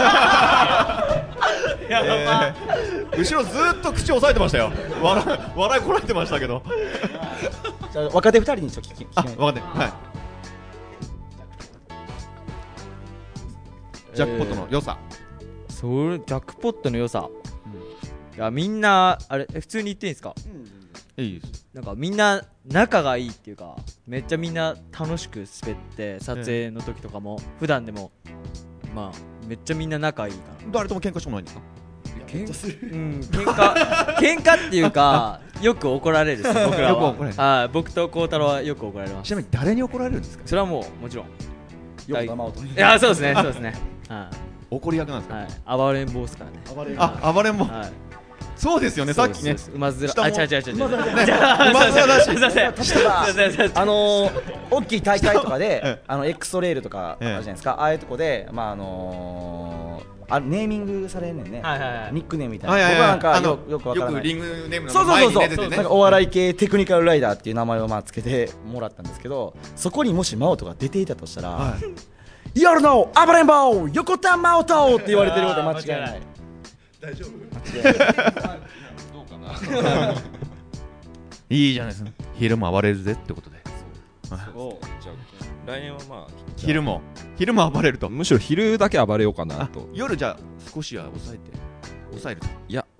後ろずっと口押さえてましたよ。笑いこらえてましたけど。 じゃあ若手2人にちょっと聞き。 若手。はい。ジャックポットの良さ。 ジャックポットの良さ。いやみんなあれ普通に言っていいんですか？ いいです。 なんかみんな仲がいいっていうか、めっちゃみんな楽しく滑って撮影の時とかも普段でもまあめっちゃみんな仲いいから。 誰とも喧嘩してもないんですか？ 喧嘩っていうかよく怒られるです。僕らは。僕と孝太郎はよく怒られます。 ちなみに誰に怒られるんですか？ それはもちろん。 横田真央と。 いやそうですね。 怒り役なんですか？ はい。暴れん坊ですからね。 暴れん坊。そうですよね。さっきね。 馬面。違う。 馬面だし。 大きい大会とかでXトレイルとかあるじゃないですか。ああいうとこでネーミングされんねんね。ニックネームみたいな。僕はなんかよくわからない。 よくリングネームの前に出ててね。 お笑い系テクニカルライダーっていう名前をつけてもらったんですけど、そこにもし真央とか出ていたとしたら、夜の暴れん坊横田真央とって言われてることは間違いない。 大丈夫？ どうかな。 いいじゃないですか。昼も暴れるぜってことで。 じゃあ来年はまあ昼も暴れると。 むしろ昼だけ暴れようかなと。 夜じゃあ少しは抑えると。 いや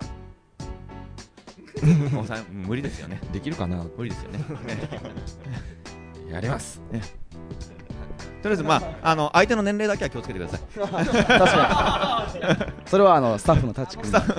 無理ですよね。 できるかな。 無理ですよね。 やります。 とりあえずまあ相手の年齢だけは気をつけてください。 確かにそれはスタッフのタチ君がね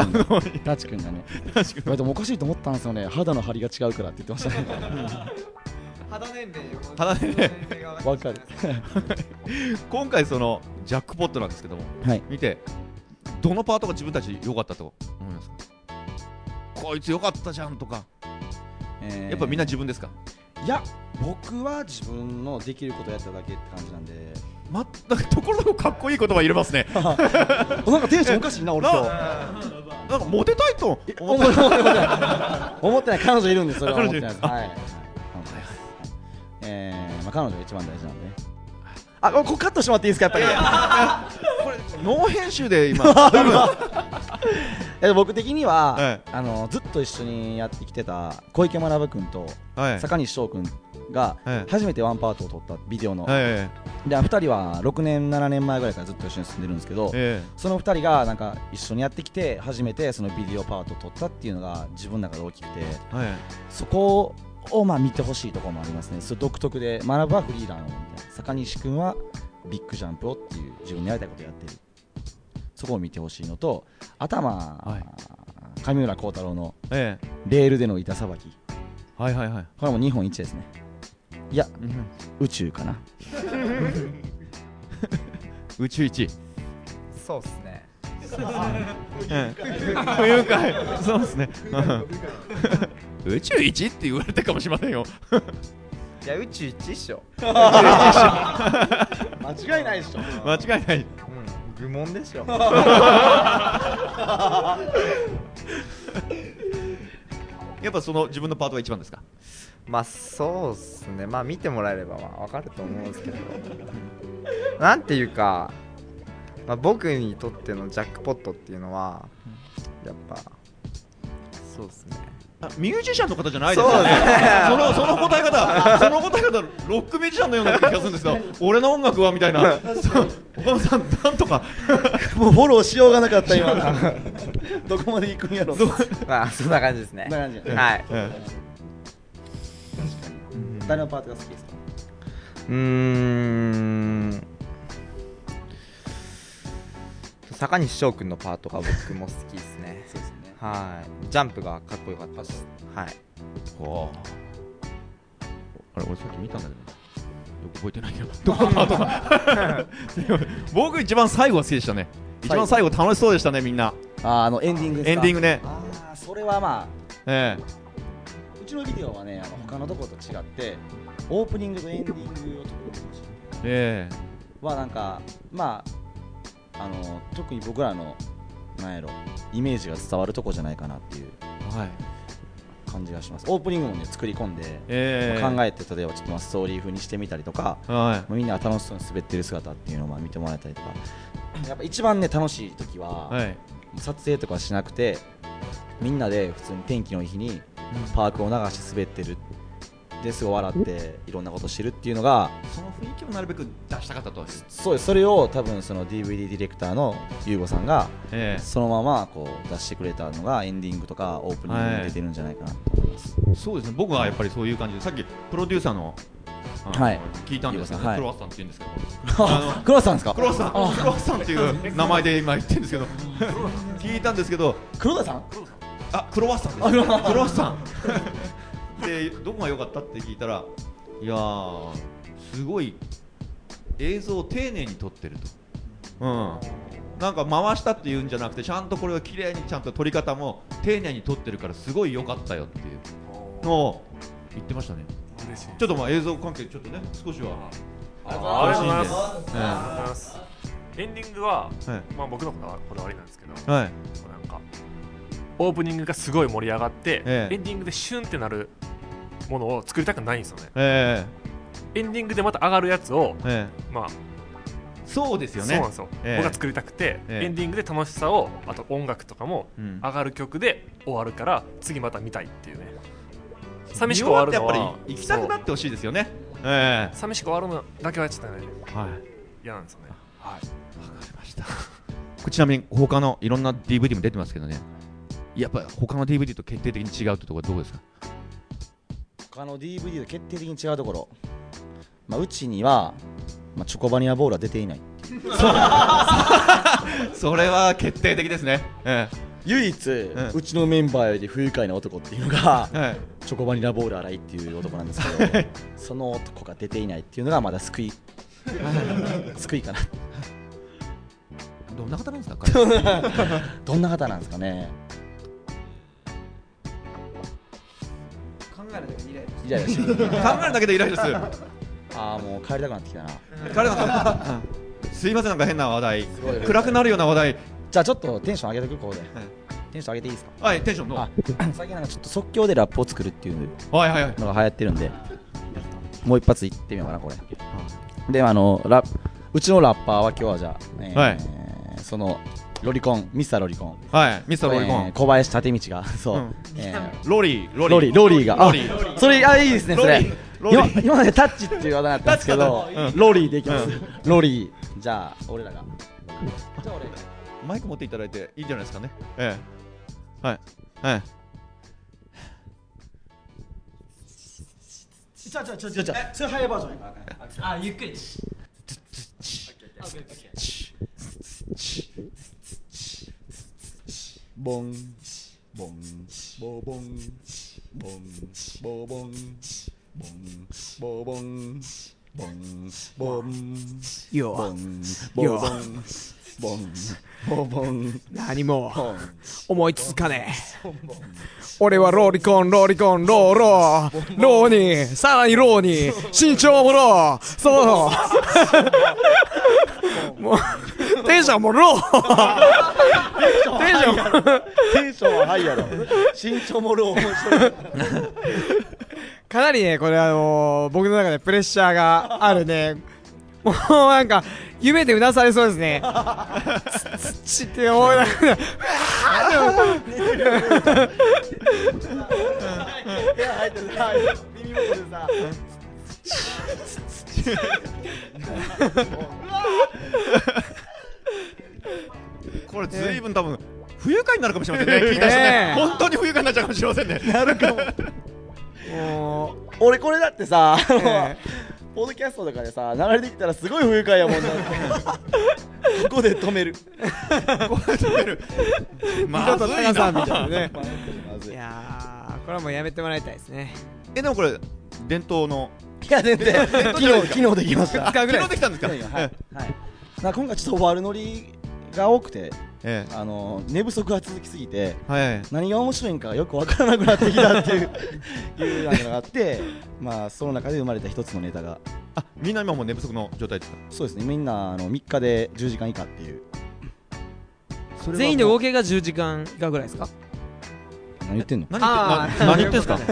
でもおかしいと思ったんですよね。肌の張りが違うからって言ってましたね。 肌年齢わかる。 今回そのジャックポットなんですけども、見てどのパートが自分たち良かったと思いますか？こいつ良かったじゃんとか、やっぱみんな自分ですか？ いや、僕は自分のできることやっただけって感じなんで。 なんかところどころかっこいい言葉入れますね。 なんかテンションおかしいな俺今日。 なんかモテたいと思ってない。彼女いるんでそれは思ってないです。はい。彼女が一番大事なんで。ここカットしてもらっていいですか、やっぱり。 これノー編集で今。 僕的にはずっと一緒にやってきてた小池学君と坂西翔君が初めてワンパートを撮ったビデオの。で2人は6年7年前ぐらいからずっと一緒に住んでるんですけど、その2人がなんか一緒にやってきて初めてそのビデオパートを撮ったっていうのが自分の中で大きくて、そこを見てほしいところもありますね。それ独特で、学ぶはフリーランをみたいな、坂西君はビッグジャンプをっていう自分のやりたいことをやってる、そこを見てほしいのと、上村幸太郎のレールでの板さばき、これも日本一ですね。いや、宇宙かな。 宇宙一。 そうっすね。 不愉快。そうですね。宇宙一って言われてるかもしれませんよ。 いや、宇宙一っしょ。 間違いないでしょ。 間違いない。 愚問でしょ。 やっぱその自分のパートが一番ですか？ まあそうっすね。まあ見てもらえれば分かると思うんですけど、なんていうか、僕にとってのジャックポットっていうのはやっぱそうですね。 ミュージシャンの方じゃないですよね。その答え方ロックミュージシャンのような気がするんですが、俺の音楽はみたいな。岡本さんなんとかもうフォローしようがなかった今。どこまで行くんやろ。 まあそんな感じですね。はい。確かに。誰のパートが好きですか？ 坂西翔君のパートが僕も好きですね。そうですね。はい。ジャンプがかっこよかったです。はい。 あれ俺さっき見たんだけど覚えてないけどどこのパートか。僕一番最後が好きでしたね。一番最後楽しそうでしたねみんな。 エンディングですか？ エンディングね。 それはうちのビデオはね他のところと違ってオープニングとエンディングを撮ってほしい。はなんか特に僕らのイメージが伝わるとこじゃないかなっていう感じがします。オープニングもね作り込んで、考えて例えばちょっとストーリー風にしてみたりとか、みんな楽しそうに滑ってる姿っていうのを見てもらえたりとか、やっぱ一番ね楽しい時は、撮影とかしなくてみんなで普通に天気のいい日にパークを流して滑ってるですごい笑っていろんなことしてるっていうのが、 その雰囲気をなるべく出したかったと。 そうです。それを多分その DVD ディレクターのゆうごさんがそのままこう出してくれたのがエンディングとかオープニングに出てるんじゃないかなと思います。 そうですね。僕はやっぱりそういう感じで、さっきプロデューサーの聞いたんですけど、クロワッサンって言うんですけど、 クロワッサンですか？ クロワッサンっていう名前で今言ってるんですけど、聞いたんですけど、 クロワッサン？ クロワッサンです。クロワッサン。でどこが良かったって聞いたら、いやーすごい映像を丁寧に撮ってると、なんか回したっていうんじゃなくてちゃんとこれを綺麗にちゃんと撮り方も丁寧に撮ってるからすごい良かったよっていうのを言ってましたね。嬉しい。ちょっと映像関係ちょっとね少しはありがとうございます。エンディングは、僕のこだわりなんですけど、なんかオープニングがすごい盛り上がって、エンディングでシュンってなるものを作りたくないんですよね。エンディングでまた上がるやつを、 そうですよね。 そうなんですよ。僕が作りたくて、エンディングで楽しさを、あと音楽とかも上がる曲で終わるから次また見たいっていうね。寂しく終わるのはやっぱり行きたくなってほしいですよね。 寂しく終わるのだけはちょっとね、嫌なんですよね。 わかりました。ちなみに他のいろんな DVD も出てますけどね、やっぱり他の DVD と決定的に違うってところはどこですか？ 他の DVD と決定的に違うところ、うちにはチョコバニラボールは出ていない。 それは決定的ですね。 唯一、うちのメンバーより不愉快な男っていうのが、チョコバニラボール荒井っていう男なんですけど、その男が出ていないっていうのがまだ救いかな。 どんな方なんですか？ どんな方なんですかね。 考えるだけでイライイライラしてる。 考えるだけでイライラする。 ああ、もう帰りたくなってきたな。 帰りたくなった。すいません、なんか変な話題、暗くなるような話題。 じゃあちょっとテンション上げてくここで。テンション上げていいですか？ はい、テンションの。 最近なんかちょっと即興でラップを作るっていうのが流行ってるんで、もう一発いってみようかなこれ。でうちのラッパーは今日はじゃあ、そのロリコン、ミスターロリコン、 ミスターロリコン、 小林立道がそう、 ロリーが、それいいですねそれ。今までタッチっていう技だったんですけど、ロリーでいきます。ロリー、じゃあ俺らが。じゃあ俺マイク持っていただいていいんじゃないですかね。 ちょそれ早いバージョンやから。 あ、ゆっくり。 ボンボンボボンボンボボンボンボボンボンボンよボンボボンボンボボン。 何も思いつかねえ。俺はロリコンローにさらにローに身長もロー、そうもうテンションもロー、 テンションはハイやろ。身長もロー面白い。 かなりね、これ僕の中でプレッシャーがあるね。もうなんか夢でうなされそうですね。つって思いながらこれずいぶん多分不愉快になるかもしれませんね。聞いた人ね、本当に不愉快になっちゃうかもしれませんね。 なるかも。もう俺これだってさ、ポッドキャストとかでさ流れてきたらすごい不愉快やもんな。ここで止める。 二度と長さんみたいなね。いやー、これはもうやめてもらいたいですね。 でもこれ伝統の、 いや全然昨日できました。 昨日できたんですか？ 今回ちょっと悪ノリが多くて、寝不足が続きすぎて、何が面白いんかよく分からなくなってきたっていうのがあって、まあその中で生まれた一つのネタが。 みんな今もう寝不足の状態ですか？ そうですね、みんな3日で10時間以下っていう。 全員で合計が10時間以下ぐらいですか？ 何言ってんの？ 何言ってんすか？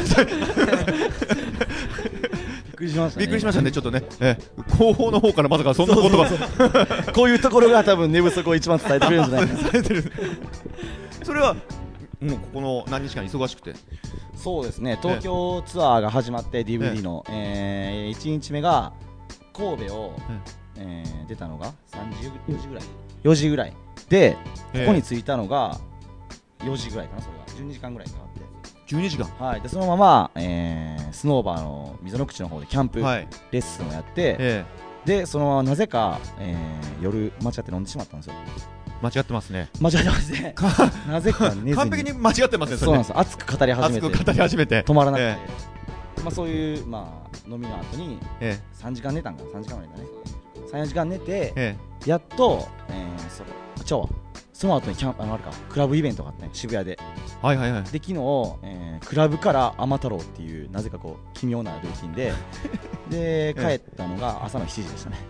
びっくりしましたね。 びっくりしましたね、ちょっとね。後方の方からまさかそんなことが。 こういうところが多分寝不足を一番伝えてくれるんじゃないかな。 それはもうここの何日間忙しくて。 そうですね、東京ツアーが始まって DVD の1日目が神戸を出たのが4時ぐらいで、ここに着いたのが4時ぐらいかな。それが12時間ぐらいかかって。 12時間。 はい。でそのままスノーバーの溝の口の方でキャンプレッスンをやって、でそのままなぜか夜間違って飲んでしまったんですよ。 間違ってますね。 間違ってますね。なぜか寝ずに完璧に間違ってますね。 そうなんです。熱く語り始めて止まらなくて、まあそういうまあ飲みの後に3時間寝たんかな。3時間ぐらいだね。3、4時間寝て、やっとその後にあれかクラブイベントがあったね、渋谷で。で昨日クラブから天太郎っていうなぜかこう奇妙なルーティンで帰ったのが朝の7時でしたね。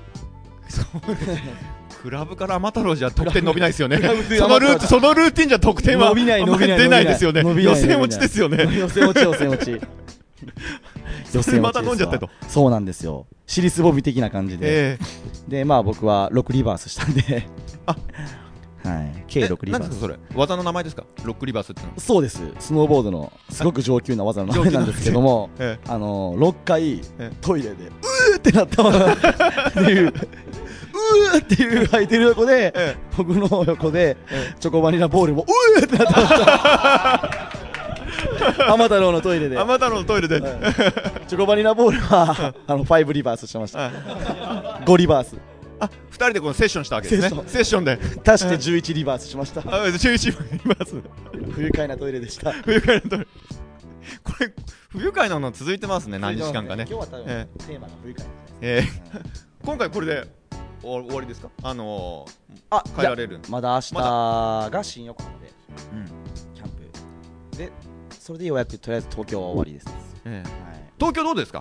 クラブから天太郎じゃ得点伸びないですよね。そのルーティンじゃ得点は伸びない出ないですよね。予選落ちですよね。 予選落ち。 また飲んじゃったと。 そうなんですよ。尻すぼみ的な感じで。でまあ僕は6リバースしたんで。はい、計6リバース。 何ですかそれ？技の名前ですか6リバースってのは？ そうです。スノーボードのすごく上級な技の名前なんですけども、6回トイレでうーってなったっていううーっていう吐いてる横で、僕の横でチョコバニラボールもうーってなった天太郎のトイレでチョコバニラボールは5リバースしてました。 5リバース。 あ、2人でこのセッションしたわけですね。セッションで足して11リバースしました。 11リバース。 不愉快なトイレでした。 不愉快なトイレ。これ不愉快なの続いてますね。何時間かね。 今日は多分テーマが不愉快です。 今回これで終わりですか？帰られる？ まだ明日が新横浜でキャンプで、それでようやくとりあえず東京は終わりです。 東京どうですか？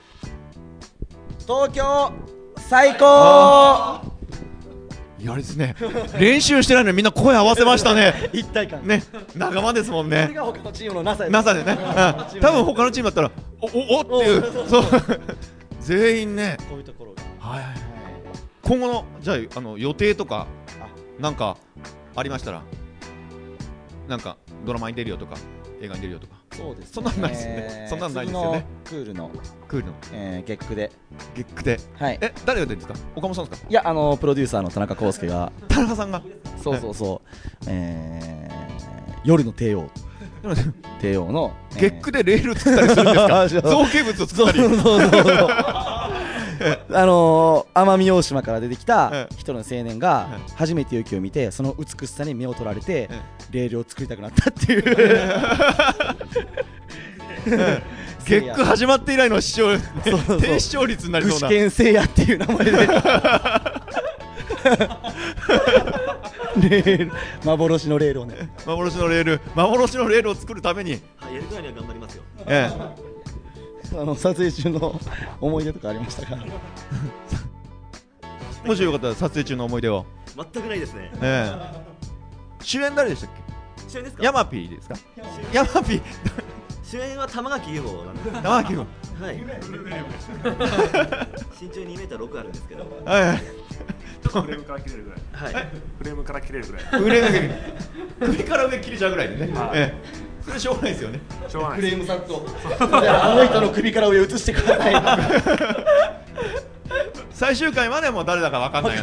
東京最高。 いやあれですね、練習してないのにみんな声合わせましたね。 一体感ね、仲間ですもんね。 それが他のチームの NASA でね、多分他のチームだったらおっていう、そう全員ね、 こういうところが、 今後のじゃあ予定とかなんかありましたら、なんかドラマに出るよとか映画に出るよとか。 そうですね、 そんなんないですね。そんなんないですよね。 クールの月9で。 はい。誰が出るんですか？岡本さんですか？ いや、プロデューサーの田中康介が。 田中さんが。 そう。夜の帝王。帝王の月9でレール作ったりするんですか？造形物を作ったり。 奄美大島から出てきた一人の青年が初めて雪を見て、その美しさに目を取られてレールを作りたくなったっていう。 月9始まって以来の低視聴率になりそうな。 具志堅聖也っていう名前でレール、幻のレールをね、 幻のレールを作るために、 やるぐらいには頑張りますよ。 撮影中の思い出とかありましたか？ もしよかったら撮影中の思い出を。 全くないですね。 主演誰でしたっけ？ 主演ですか？ ヤマピーですか？ヤマピー主演は玉垣優吾なんです。 玉垣優吾。 はい。身長2m6あるんですけど。 はい。ちょっとフレームから切れるぐらい。はい。フレームから切れるぐらい。 首から上切れちゃうぐらいでね。それしょうがないですよね。 しょうがない。 フレームさんと。あの人の首から上移してください。 最終回までも誰だか分かんない。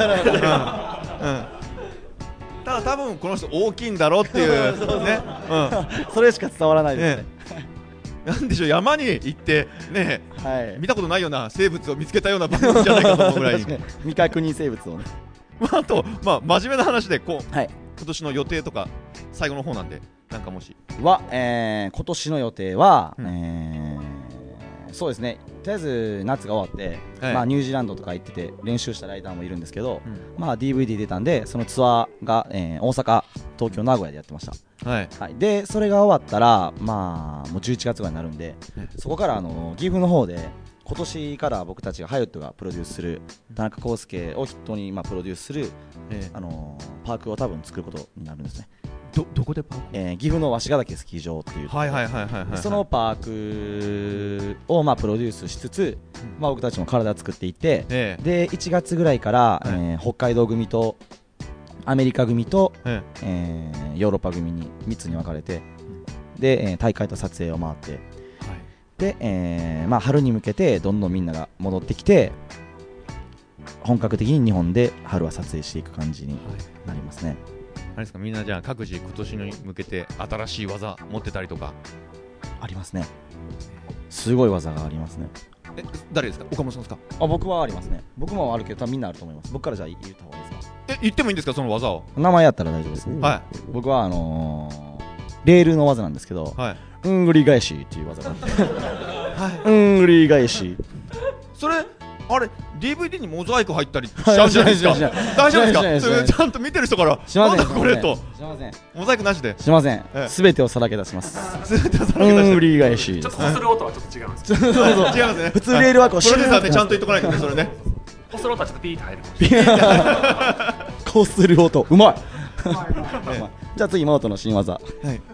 ただ多分この人大きいんだろうっていうね。 それしか伝わらないですね。 なんでしょう、山に行ってね、見たことないような生物を見つけたような番組じゃないかと思うぐらいに。 未確認生物をね。 あと真面目な話で今年の予定とか最後の方なんで、なんかもし今年の予定は、そうですね、とりあえず夏が終わって、ニュージーランドとか行ってて練習したライダーもいるんですけど、DVD 出たんで、そのツアーが、大阪、東京、名古屋でやってました。でそれが終わったら、もう11月ぐらいになるんで、そこから岐阜の方で今年から僕たちがハイウッドがプロデュースする、田中康介を筆頭にプロデュースする、パークを多分作ることになるんですね。 どこでパーク？ 岐阜の鷲ヶ岳スキー場っていう、そのパークをプロデュースしつつ、僕たちも体作っていって、で1月ぐらいから、北海道組とアメリカ組と、ヨーロッパ組に3つに分かれて、で、大会と撮影を回って、で、春に向けてどんどんみんなが戻ってきて、本格的に日本で春は撮影していく感じになりますね。 あれですか、みんなじゃあ各自今年に向けて新しい技持ってたりとか？ ありますね。すごい技がありますね。 誰ですか？岡本さんですか？ 僕はありますね。僕もあるけど多分みんなあると思います。僕からじゃあ言った方がいいですか？ 言ってもいいんですか、その技を？ 名前やったら大丈夫ですね。僕はレールの技なんですけど、うんぐり返しっていう技があって、うんぐり返し。 それあれ DVD にモザイク入ったりしちゃうじゃないですか。大丈夫ですか？ちゃんと見てる人からなんだこれと。モザイクなしで。 しません。すべてをさらけ出します。うんぐり返し。 ちょっとこする音はちょっと違うんです。 違いますね。 普通レールはこう。 プロデューサーでちゃんと言っとかないとね、それね。 こする音はちょっとピーって入る。 こする音、うまい。じゃあ次マオトの新技。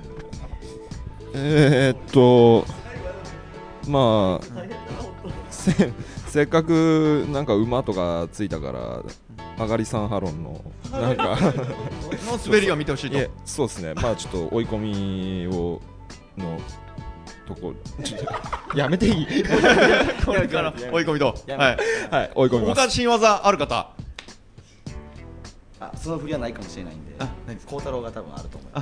せっかくなんか馬とかついたから曲がりサンハロンのなんかの滑りを見てほしいと。 そうですね。ちょっと追い込みをのとこやめていい？ これから追い込みと。 追い込みます。 他新技ある方？ その振りはないかもしれないんで、孝太郎が多分あると思います。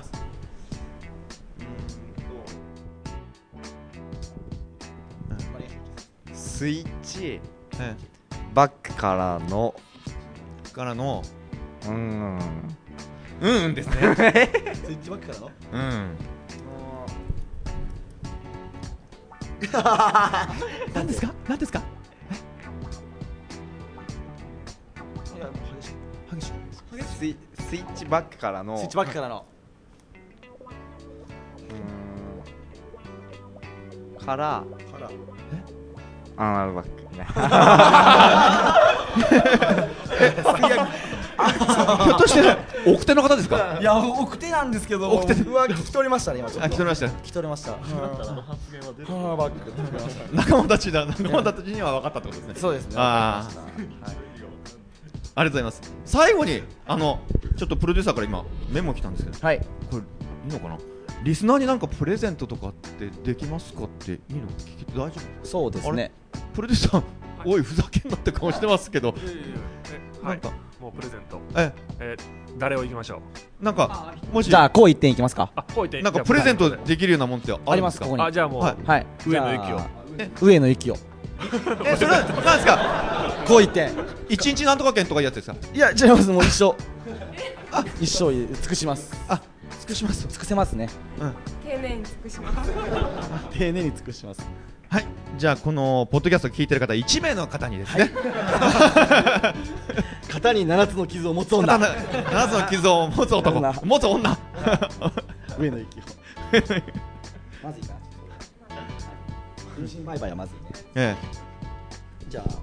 スイッチ、 バックからのですね。 スイッチバックからの何ですか何ですか。 スイッチバックからのスイッチバックからのからアナルバックね。 ひょっとして奥手の方ですか。 いや奥手なんですけど、 奥手うわ聞き取りましたね今ちょっと。 聞き取りました。 聞き取れました。バックって言ってました。 仲間たちには分かったってことですね。 そうですね。 ありがとうございます。最後にちょっとプロデューサーから今メモ来たんですけど、 はい。 これいいのかな。リスナーになんかプレゼントとかってできますかっていいの聞き大丈夫。 そうですね。 プロデューサーおいふざけんなって顔してますけど。 なんかもうプレゼント。誰を行きましょう。なんかもしじゃあこう一点いきますか。 なんかプレゼントできるようなもんってありますか。 ここに。 じゃあもうはい。 上野由紀を。 上野由紀を。 それなんですか。 こう一点。 一日なんとか券とかいうやつですか。 いや違います。もう一生。一生尽くします。 尽くします。 尽くせますね。 丁寧に尽くします。 丁寧に尽くします。 はい。じゃあこのポッドキャストを聞いてる方1名の方にですね。 肩に7つの傷を持つ女。 7つの傷を持つ男。持つ女。 上野由紀を。まずいかな。分身売買はまずいね。じゃあ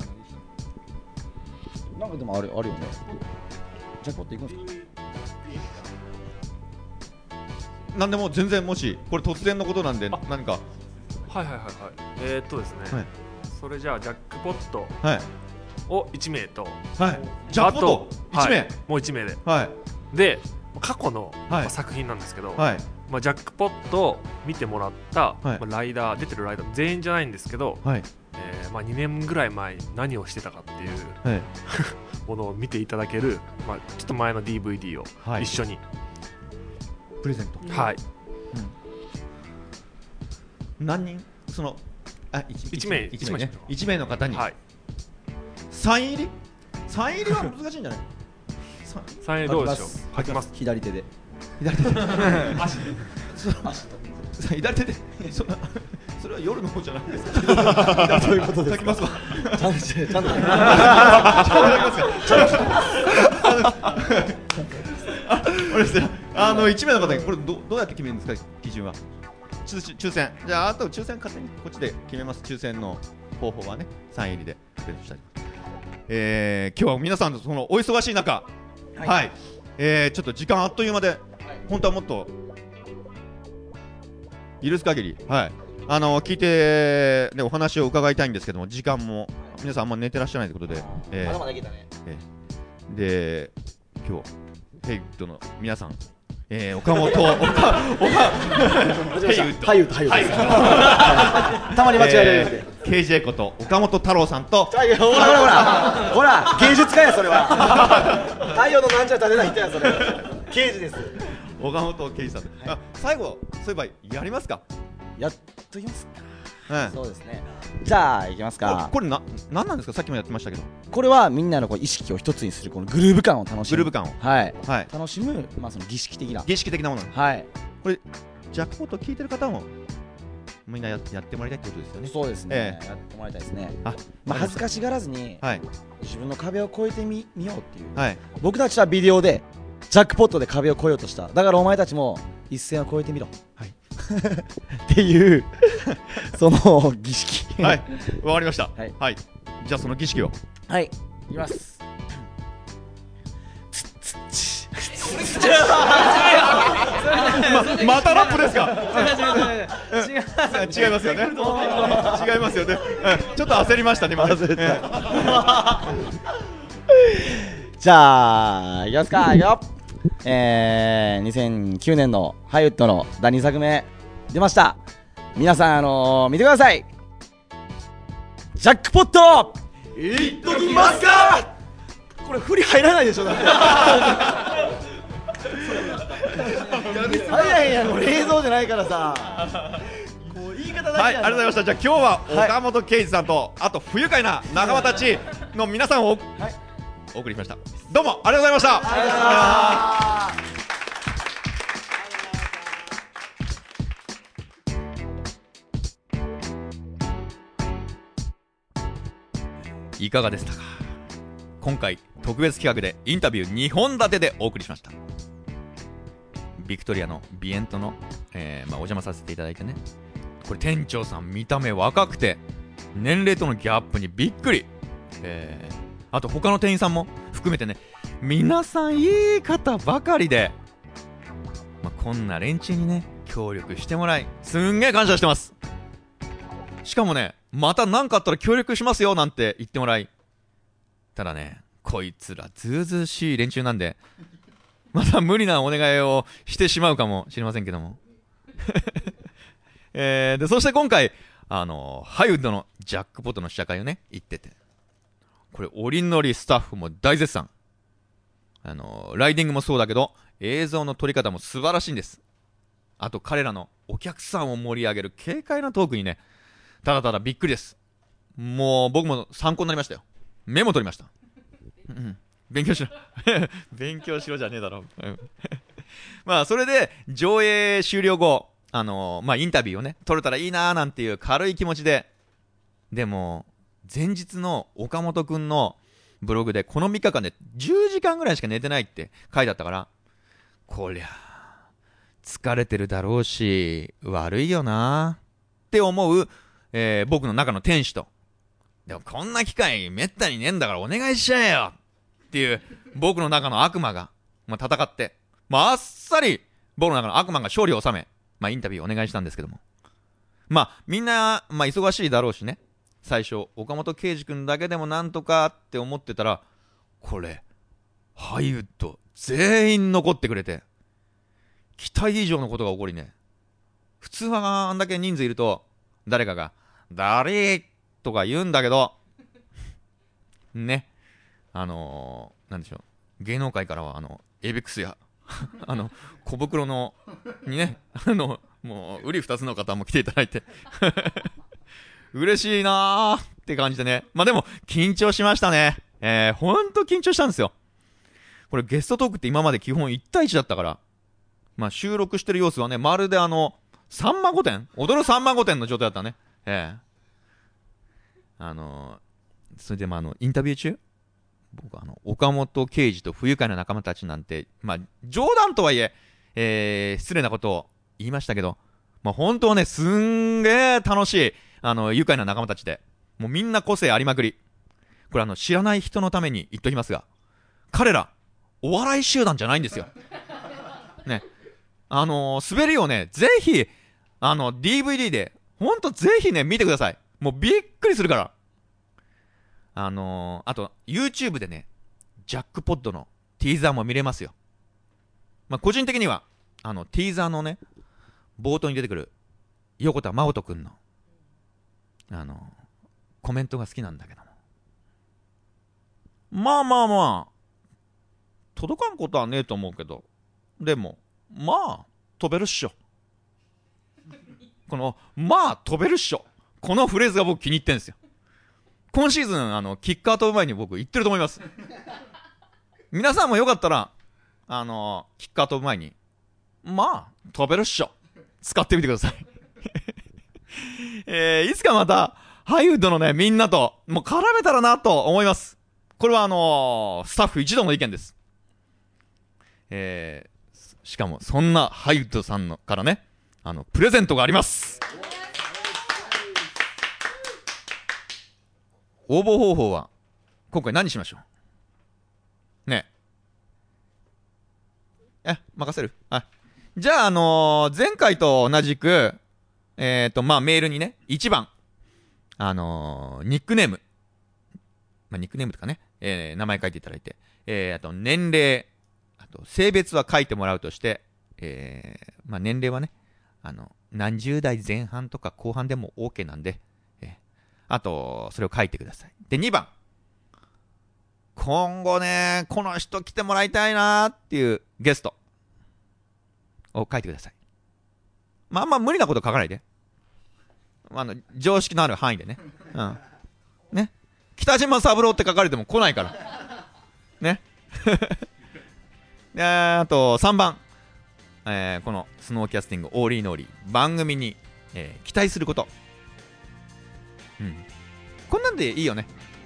なんかでもあるよね。じゃあこうやっていくんですか。 なんでも全然もしこれ突然のことなんで何か。 はいですね。それじゃあジャックポットを1名と、 ジャックポット1名、 もう1名で。で過去の作品なんですけど、ジャックポットを見てもらったライダー、出てるライダー全員じゃないんですけど、2年ぐらい前に何をしてたかっていうものを見ていただける、ちょっと前の DVD を一緒にプレゼント。何人その1名の方にサイン入りは難しいんじゃない。 サイン入りどうでしょう。書きます。 左手で左手でそれは夜の方じゃないですか。 そういうことです。 書きますわ。 ちゃんと書きます 1名の方にこれどうやって決めるんですか。基準は抽選。じゃあと抽選勝手にこっちで決めます。抽選の方法はねサイン入りでプレゼントしたい。今日は皆さんのそのお忙しい中、ちょっと時間あっという間で、本当はもっと許す限り聞いてお話を伺いたいんですけども、時間も皆さんあんま寝てらっしゃらないということで、 まだまだいけたね。 で今日ヘイウッドの皆さん、岡本ハイウッドたまに間違えられるんで、 KJ こと岡本太郎さんと、 ほら芸術家やそれは。太陽のなんちゃら立てない人やそれ。刑事です。 岡本圭司さん。最後そういえばやりますか。 やっときますか。そうですね。じゃあ行きますか。 これ何なんですか。さっきもやってましたけど、 これはみんなの意識を一つにするこのグルーヴ感を楽しむ。 グルーヴ感を楽しむ、その儀式的なもの。これジャックポット聞いてる方もみんなやってもらいたいってことですよね。 そうですね。やってもらいたいですね。恥ずかしがらずに自分の壁を越えてみようっていう。僕たちはビデオでジャックポットで壁を越えようとした。だからお前たちも一線を越えてみろ。っていうその儀式。 わかりました。じゃあその儀式をいきます。 またラップですか。違いますよね。違いますよね。ちょっと焦りましたね。 じゃあいきますか。いくよ。2009年のハイウッドの第2作目出ました。皆さん見てください。ジャックポットいっときますか。これ振り入らないでしょ。だって早いやん、これ映像じゃないからさ。 言い方だけ。ありがとうございました。じゃあ今日は岡本圭司さんと、あと不愉快な仲間たちの皆さんを、お送りしました。どうもありがとうございました。いかがでしたか。今回特別企画でインタビュー2本立てでお送りしました。ビクトリアのビエントの、お邪魔させていただいてね、これ店長さん見た目若くて年齢とのギャップにびっくり、あと他の店員さんも含めてね、皆さんいい方ばかりで、こんな連中にね協力してもらいすんげえ感謝してます。しかもね、また何かあったら協力しますよなんて言ってもらい、ただね、こいつらずうずうしい連中なんでまた無理なお願いをしてしまうかもしれませんけどもでそして今回ハイウッドのジャックポットの試写会をね行ってて、これ折のりスタッフも大絶賛。ライディングもそうだけど映像の撮り方も素晴らしいんです。あと彼らのお客さんを盛り上げる軽快なトークにね、ただただびっくりです。もう僕も参考になりましたよ。メモ取りました。勉強しろ勉強しろじゃねえだろそれで上映終了後インタビューをね撮れたらいいなーなんていう軽い気持ちで、でも前日の岡本くんのブログでこの3日間で10時間ぐらいしか寝てないって書いてあったから、こりゃ疲れてるだろうし悪いよなって思う、僕の中の天使と、でもこんな機会めったにねえんだからお願いしちゃえよっていう僕の中の悪魔が、戦って、あっさり僕の中の悪魔が勝利を収め、インタビューお願いしたんですけども、みんな、忙しいだろうしね、最初岡本圭司君だけでもなんとかって思ってたら、これハイウッド全員残ってくれて、期待以上のことが起こりね、普通はあんだけ人数いると誰かが誰ーとか言うんだけどね、なんでしょう、芸能界からはエイベックスや小袋のにねもう売り二つの方も来ていただいて嬉しいなーって感じでね。でも緊張しましたね。ほんと緊張したんですよ。これゲストトークって今まで基本1対1だったから、収録してる様子はね、まるでさんま御殿、踊るさんま御殿の状態だったね。それでインタビュー中、僕岡本圭司と不愉快な仲間たちなんて、冗談とはいえ失礼なことを言いましたけど、本当はねすんげー楽しい愉快な仲間たちで、もうみんな個性ありまくり。これ知らない人のために言っときますが、彼らお笑い集団じゃないんですよね。滑りをねぜひDVD でほんとぜひね見てください。もうびっくりするから。あと YouTube でねジャックポットのティーザーも見れますよ。個人的にはティーザーのね冒頭に出てくる横田真音くんのコメントが好きなんだけども、届かんことはねえと思うけど、でも飛べるっしょ。この飛べるっしょ、このフレーズが僕気に入ってんですよ。今シーズンキッカー飛ぶ前に僕言ってると思います。皆さんもよかったらキッカー飛ぶ前に飛べるっしょ使ってみてくださいいつかまたハイウッドのねみんなともう絡めたらなと思います。これはスタッフ一同の意見です。しかもそんなハイウッドさんからねプレゼントがあります。応募方法は今回何しましょうね。任せる。じゃあ前回と同じくメールにね1番ニックネーム、ニックネームとかね、名前書いていただいて、あと年齢、あと性別は書いてもらうとして、年齢はね何十代前半とか後半でも OK なんで、あとそれを書いてください。で2番、今後ねこの人来てもらいたいなーっていうゲストを書いてください。無理なこと書かないで、常識のある範囲でね。ね、 北島三郎って書かれても来ないからねあと3番、このスノーキャスティングオーリーノーリー番組に、期待すること、こんなんでいいよね、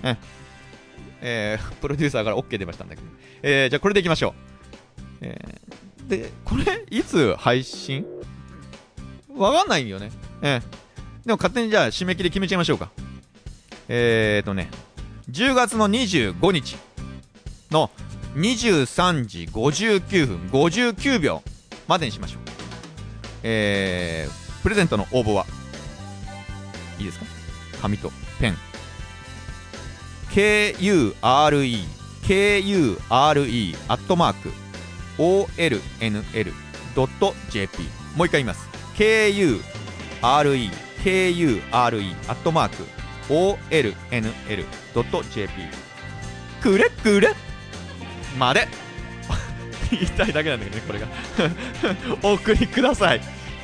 プロデューサーから OK 出ましたんだけど、じゃあこれでいきましょう、でこれいつ配信わかんないよね、でも勝手にじゃあ締め切り決めちゃいましょうか。10月の25日の23時59分59秒までにしましょう。プレゼントの応募はいいですか、紙とペン、KURE@OLNL.jp もう一回言います。 KURE@OLNL.jp くれくれまで言いたいだけなんだけどね、これがお送りください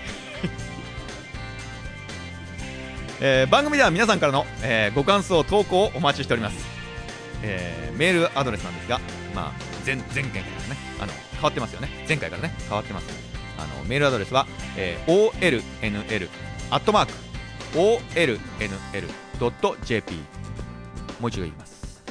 番組では皆さんからの、ご感想投稿をお待ちしております。メールアドレスなんですが、前回からね変わってますよね。前回からね変わってます。メールアドレスは、olnl@olnl.jp もう一度言います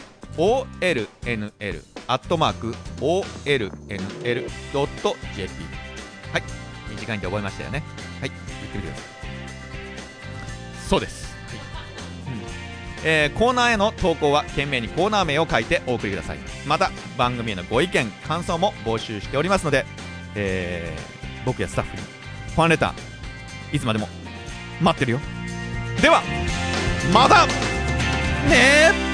。olnl@olnl.jp はい、短いんで覚えましたよね。はい、言ってみてください。そうです、コーナーへの投稿は懸命にコーナー名を書いてお送りください。また番組へのご意見感想も募集しておりますので、僕やスタッフにファンレターいつまでも待ってるよ。ではまたねー。